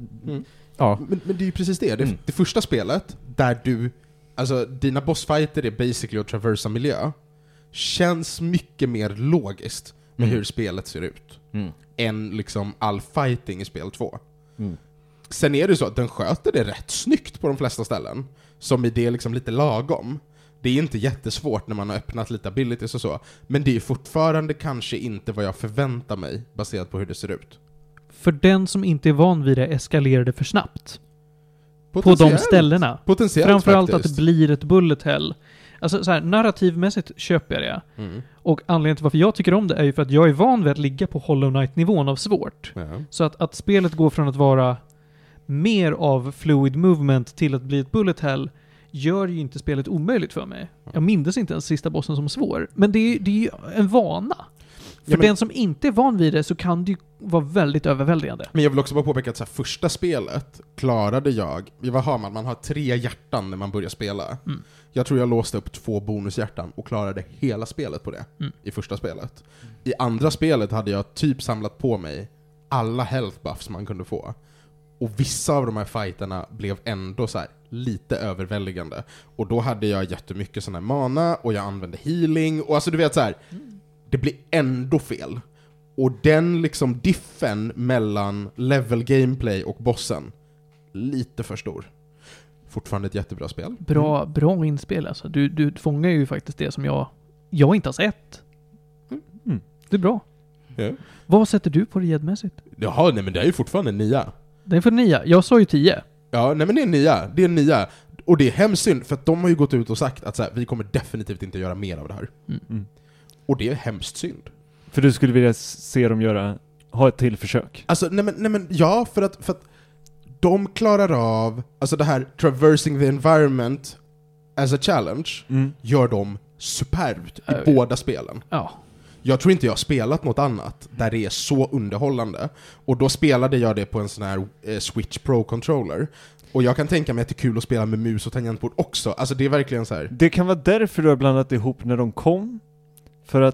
Ja. Men det är ju precis det. Det första spelet, där dina bossfighter är basically att traversa miljö, känns mycket mer logiskt med hur spelet ser ut än liksom all fighting i spel 2. Sen är det så att den sköter det rätt snyggt på de flesta ställen. Som i det liksom lite lagom. Det är inte jättesvårt när man har öppnat lite abilities och så. Men det är fortfarande kanske inte vad jag förväntar mig baserat på hur det ser ut. För den som inte är van vid det eskalerar det för snabbt. På de ställena. Framförallt faktiskt. Att det blir ett bullet hell. Alltså så här, narrativmässigt köper jag det. Och anledningen till varför jag tycker om det är ju för att jag är van vid att ligga på Hollow Knight-nivån av svårt. Så att spelet går från att vara mer av fluid movement till att bli ett bullet hell gör ju inte spelet omöjligt för mig. Jag minns inte ens sista bossen som svår. Men det är ju en vana. För den som inte är van vid det så kan det ju vara väldigt överväldigande. Men jag vill också bara påpeka att så här, första spelet klarade vad har man? Man har 3 hjärtan när man börjar spela. Jag tror jag låste upp 2 bonushjärtan och klarade hela spelet på det i första spelet. I andra spelet hade jag typ samlat på mig alla health buffs man kunde få. Och vissa av de här fighterna blev ändå så här lite överväldigande. Och då hade jag jättemycket sån här mana och jag använde healing. Och alltså du vet så här, det blir ändå fel. Och den liksom diffen mellan level gameplay och bossen, lite för stor. Fortfarande ett jättebra spel. Bra inspel alltså. Du fångar ju faktiskt det som jag inte har sett. Det är bra. Vad sätter du på det gedmässigt? Jaha, nej men det är ju fortfarande 9. Det är för 9. Jag sa ju 10. Ja, nej men det är 9. Det är 9. Och det är hemskt synd, för att de har ju gått ut och sagt att så här, vi kommer definitivt inte göra mer av det här. Och det är hemskt synd. För du skulle vilja se dem ha ett till försök? Alltså, nej men ja, för att de klarar av, alltså det här traversing the environment as a challenge, gör de superbt i båda spelen. Ja. Jag tror inte jag har spelat något annat där det är så underhållande. Och då spelade jag det på en sån här Switch Pro-controller. Och jag kan tänka mig att det är kul att spela med mus och tangentbord också. Alltså det är verkligen så här. Det kan vara därför du har blandat ihop när de kom. För att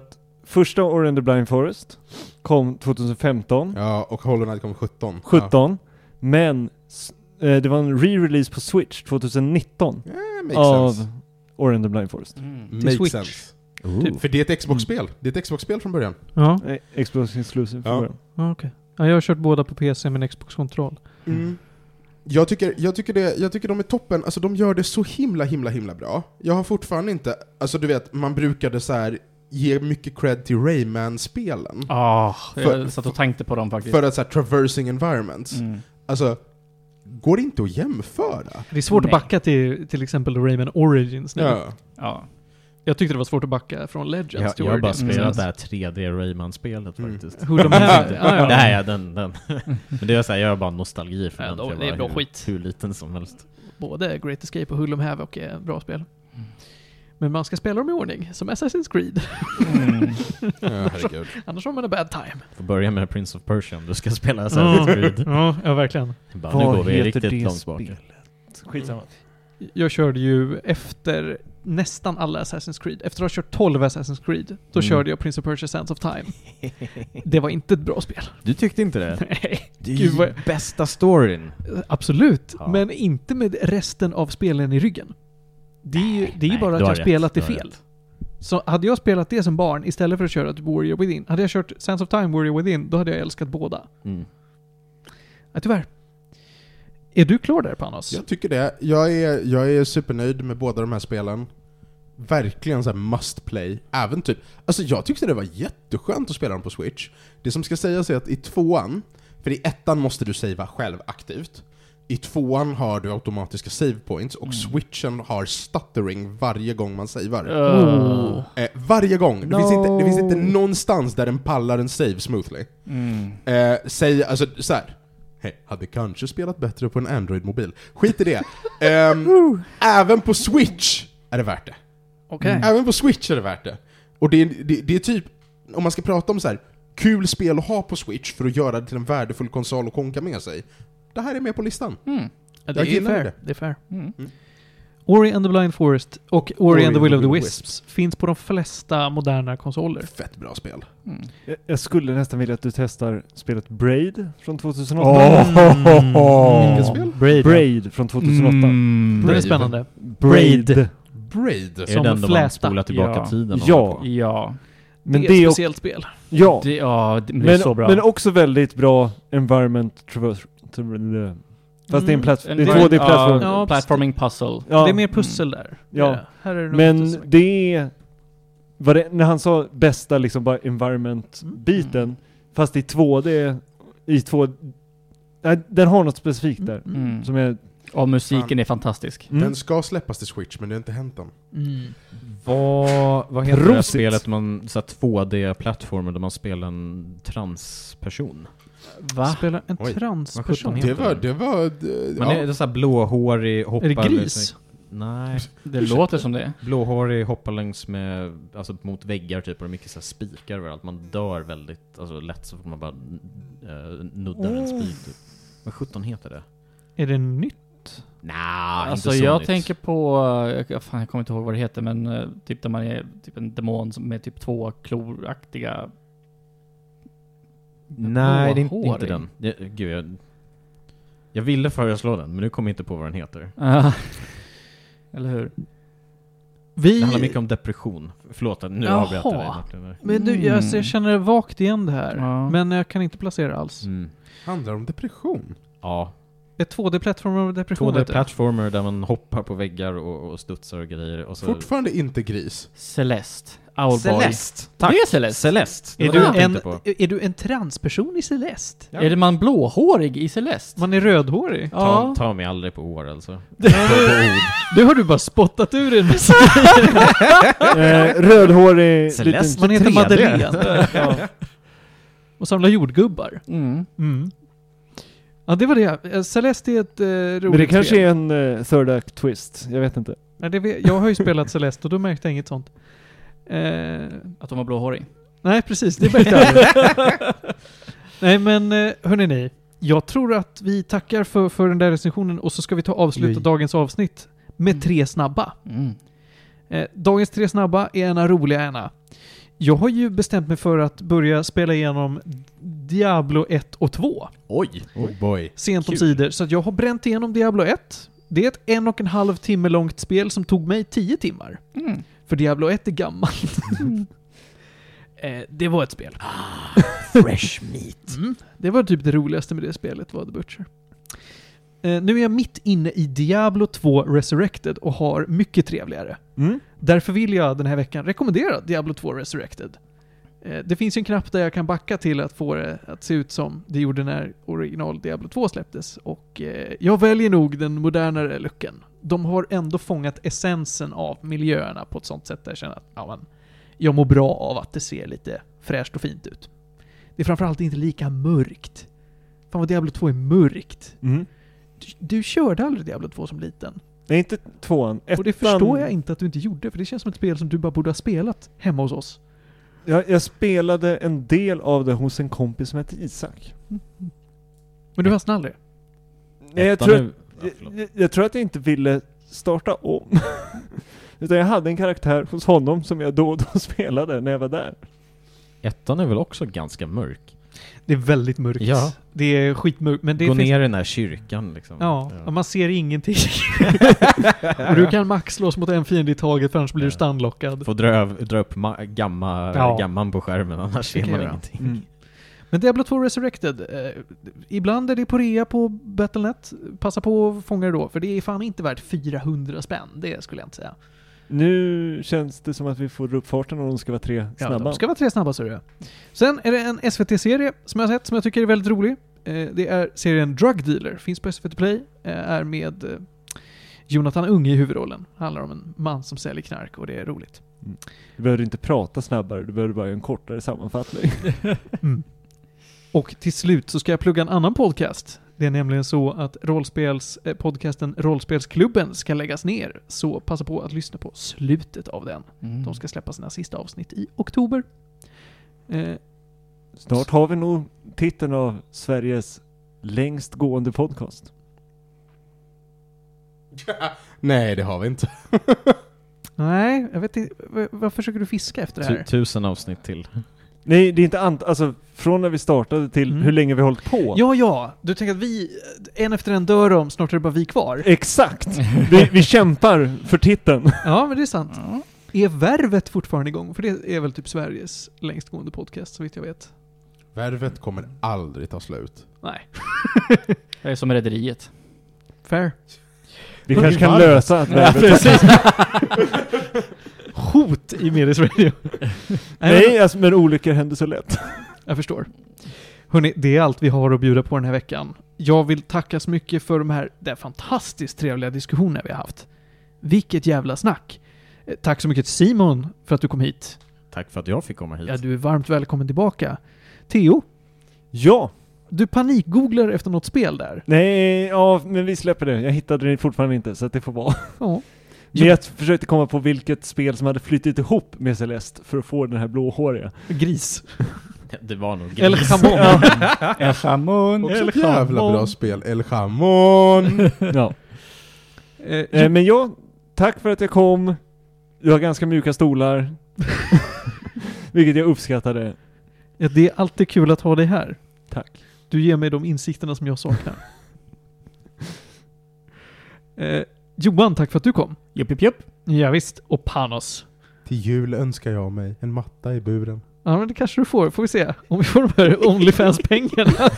första Ori and the Blind Forest kom 2015. Ja, och Hollow Knight kom 17. 17. Men det var en re-release på Switch 2019 Makes av sense. Ori and the Blind Forest. Makes Switch. sense. Ooh. För det är ett Xbox-spel. Det är ett Xbox-spel från början. Ja, Xbox Exclusive från Ja. början. okej. Ja, jag har kört båda på PC med en Xbox-kontroll. Jag tycker de är toppen. Alltså de gör det så himla bra. Jag har fortfarande inte... Alltså du vet, man brukade så här ge mycket cred till Rayman-spelen. Jag satt och tänkte på dem faktiskt. För att så här, traversing environments. Alltså, går det inte att jämföra? Det är svårt Nej. att backa till exempel Rayman Origins nu. Ja. Ja. Jag tyckte det var svårt att backa från Legends till Jag har bara Origins. spelat det här 3D Rayman-spelet faktiskt. Hur de här... ja. Nej, den. Men det är så här, jag har bara nostalgi för Ja, den. då- för jag det är var bra skit. hur liten som helst. Både Great Escape och Hullum Havoc är bra spel. Men man ska spela dem i ordning, som Assassin's Creed. Ja, herregud. Annars har man en bad time. Får börja med Prince of Persia om du ska spela Assassin's Creed. Ja, verkligen. Bara, nu går vi riktigt långt bak. Skitsamma. Jag körde ju efter nästan alla Assassin's Creed. Efter att ha kört 12 Assassin's Creed, då körde jag Prince of Persia Sands of Time. Det var inte ett bra spel. Du tyckte inte det? Nej, Det är Gud, ju vad- bästa storyn. absolut. Ja. Men inte med resten av spelen i ryggen. Det är ju Nej, bara du att har jag spelat det du har fel. rätt. Så hade jag spelat det som barn istället för att köra ett Warrior Within, hade jag kört Sands of Time, Warrior Within, då hade jag älskat båda. Mm. Ja, tyvärr. Är du klar där, Panos? Jag tycker det. Jag är supernöjd med båda de här spelen. Verkligen så här must play. Även typ... Alltså jag tyckte det var jätteskönt att spela dem på Switch. Det som ska sägas är att i 2:an, för i 1:an måste du savea själv aktivt. I 2:an har du automatiska save points och Switchen har stuttering varje gång man savear. Varje gång. Det finns inte någonstans där den pallar en save smoothly. Säg, alltså så här. Hej, hade kanske spelat bättre på en Android-mobil. Skit i det. Även på Switch är det värt det. Okej. Även på Switch är det värt det. Och det är typ, om man ska prata om så här kul spel att ha på Switch för att göra det till en värdefull konsol och konka med sig. Det här är med på listan. Ja, Jag det är gillar fair. det. Det är fair. Ori and the Blind Forest och Ori and the Will of the Wisps Wisps finns på de flesta moderna konsoler. Fett bra spel. Jag skulle nästan vilja att du testar spelet Braid från 2008. Vilket spel? Braid från 2008. Det är spännande. Braid. Braid. Är Som det den då man fläta. spolar tillbaka Ja. tiden? Ja. Ja. Men det det är är ett också, speciellt spel. ja. Det är så bra. Men också väldigt bra environment traverse. Fast det är en det är 2D-plattform. Ja, platforming puzzle. Ja. Det är mer pussel där. Ja. Det här är det nog Men inte så mycket. det är... när han sa bästa liksom bara environment-biten, fast i 2D... Den har något specifikt där. Som är... Och musiken är fantastisk. Den ska släppas till Switch, men det har inte hänt än. Vad heter det här Prosit. spelet man så här 2D-plattformer där man spelar en transperson? Va? Spela en Oj, transperson. vad sjutton Det var Man är så här blåhårig, hoppar... Är det gris? Nej. Det låter som det. Blåhårig, hoppar längs med, alltså mot väggar typ, och det är mycket så här spikar överallt. Man dör väldigt lätt så får man bara nuddar en spik typ. Vad 17 heter det? Är det nytt? Nej, Alltså inte så jag nytt. tänker på, jag kommer inte ihåg vad det heter, men typ där man är typ en demon med typ 2 kloraktiga... Nej, det är inte Blåhårig. den. Gud, jag ville föreslå den, men nu kommer jag inte på vad den heter. Eller hur? Det handlar mycket om depression. Förlåt, nu Jaha. avbröt jag dig, Martin. Men du, jag känner vagt igen det här. Ja. Men jag kan inte placera det alls. handlar om depression. Ja. Ett 2D-plattformar och depression. vet du. 2D-plattformer där man hoppar på väggar och studsar och grejer. Och så... Fortfarande inte gris. Celeste. Owlboy. Celeste! Det är Celeste. Celeste! Är Det var det jag du, tänkte på. är du en transperson i Celeste? Ja. Är det man blåhårig i Celeste? Man är rödhårig? Ta mig aldrig på år alltså. Det har du bara spottat ur en Rödhårig... Celeste. Man heter 3D. Madeleine. Ja. Och samlar jordgubbar. Ja, det var det. Celeste är ett roligt Men det kanske spel. är en third act twist. Jag vet inte. Nej, jag har ju spelat Celeste och då märkte jag inget sånt. Att de var blåhårig? Nej, precis. Det märkte jag aldrig. Nej, men hörni ni. Jag tror att vi tackar för den där recensionen och så ska vi ta avsluta dagens avsnitt med 3 snabba. Dagens 3 snabba är ena roliga ena. Jag har ju bestämt mig för att börja spela igenom Diablo 1 och 2. Oj! Oh boy. Sent om sidor. Så att jag har bränt igenom Diablo 1. Det är ett 1,5 timme långt spel som tog mig 10 timmar. För Diablo 1 är gammalt. Det var ett spel. Fresh meat. Det var typ det roligaste med det spelet, var The Butcher. Nu är jag mitt inne i Diablo 2 Resurrected och har mycket trevligare. Därför vill jag den här veckan rekommendera Diablo 2 Resurrected. Det finns ju en knapp där jag kan backa till att få det att se ut som det gjorde när original Diablo 2 släpptes. Och jag väljer nog den modernare looken. De har ändå fångat essensen av miljöerna på ett sånt sätt där jag känner att jag mår bra av att det ser lite fräscht och fint ut. Det är framförallt inte lika mörkt. Fan vad Diablo 2 är mörkt. Du körde aldrig Diablo 2 som liten. Nej, inte 2:an. Och det förstår jag inte att du inte gjorde, för det känns som ett spel som du bara borde ha spelat hemma hos oss. Jag spelade en del av det hos en kompis som hette Isak. Men du fastnade aldrig? Nej, jag tror att jag inte ville starta om. Utan jag hade en karaktär hos honom som jag då och då spelade när jag var där. Ettan är väl också ganska mörk? Det är väldigt mörkt. Ja. Det är skitmörkt. Men det Gå finns... ner i den här kyrkan liksom. Ja, man ser ingenting. Och du kan max slås mot en fiende i taget, för annars blir du standlockad. Får dra upp gamman på skärmen, annars ser man ingenting. Men Diablo 2 Resurrected, ibland är det på rea på Battle.net. Passa på att fånga det då, för det är fan inte värt 400 spänn, det skulle jag inte säga. Nu känns det som att vi får upp farten och de ska vara 3 snabba. Ja, de ska vara 3 snabba, så är det. Sen är det en SVT-serie som jag har sett, som jag tycker är väldigt rolig. Det är serien Drug Dealer, finns på SVT Play, är med Jonathan Unge i huvudrollen. Handlar om en man som säljer knark, och det är roligt. Du behöver inte prata snabbare, du behöver bara göra en kortare sammanfattning. Och till slut så ska jag plugga en annan podcast. Det är nämligen så att podcasten Rollspelsklubben ska läggas ner. Så passa på att lyssna på slutet av den. De ska släppa sina sista avsnitt i oktober. Snart har vi nog titeln av Sveriges längst gående podcast. Nej, det har vi inte. Nej, jag vet inte. Vad försöker du fiska efter det här? 1000 avsnitt till. Nej, det är inte alltså från när vi startade till hur länge vi har hållit på. Ja. Du tänker att vi, en efter en dör om, snart är det bara vi kvar. Exakt! vi kämpar för titeln. Ja, men det är sant. Är Värvet fortfarande igång? För det är väl typ Sveriges längst gående podcast, så vitt jag vet. Värvet kommer aldrig ta slut. Nej. Det är som Rederiet. Fair. Vi kanske kan lösa att Värvet... Hot i Medis Radio. Nej, alltså, men olyckor händer så lätt. Jag förstår. Hörrni, det är allt vi har att bjuda på den här veckan. Jag vill tacka så mycket för de här fantastiskt trevliga diskussioner vi har haft. Vilket jävla snack. Tack så mycket till Simon för att du kom hit. Tack för att jag fick komma hit. Ja, du är varmt välkommen tillbaka. Theo? Ja. Du panikgooglar efter något spel där. Nej, ja, men vi släpper det. Jag hittade det fortfarande inte, så att det får vara. Ja. Men jag försökte komma på vilket spel som hade flyttit ihop med Celeste för att få den här blåhåriga. Gris. Det var nog gris. El Jamon. El Jamon. Också ett jävla bra spel. El Jamon. Ja. Men ja, tack för att jag kom. Du har ganska mjuka stolar. Vilket jag uppskattade. Ja, det är alltid kul att ha dig här. Tack. Du ger mig de insikterna som jag saknar. Johan, tack för att du kom. Jupp. Ja, visst. Och Panos. Till jul önskar jag mig en matta i buren. Ja, men det kanske du får. Får vi se om vi får de här OnlyFans-pengarna.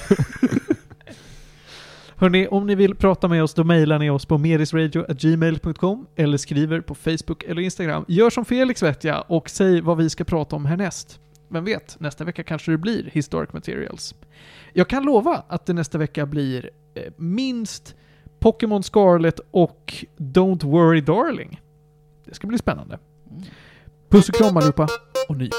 Hörrni, om ni vill prata med oss, då mejlar ni oss på medisradio@gmail.com eller skriver på Facebook eller Instagram. Gör som Felix, vet jag, och säg vad vi ska prata om härnäst. Vem vet, nästa vecka kanske det blir Historic Materials. Jag kan lova att det nästa vecka blir minst Pokémon Scarlet och Don't Worry Darling. Det ska bli spännande. Puss och kram allihopa, och nyp.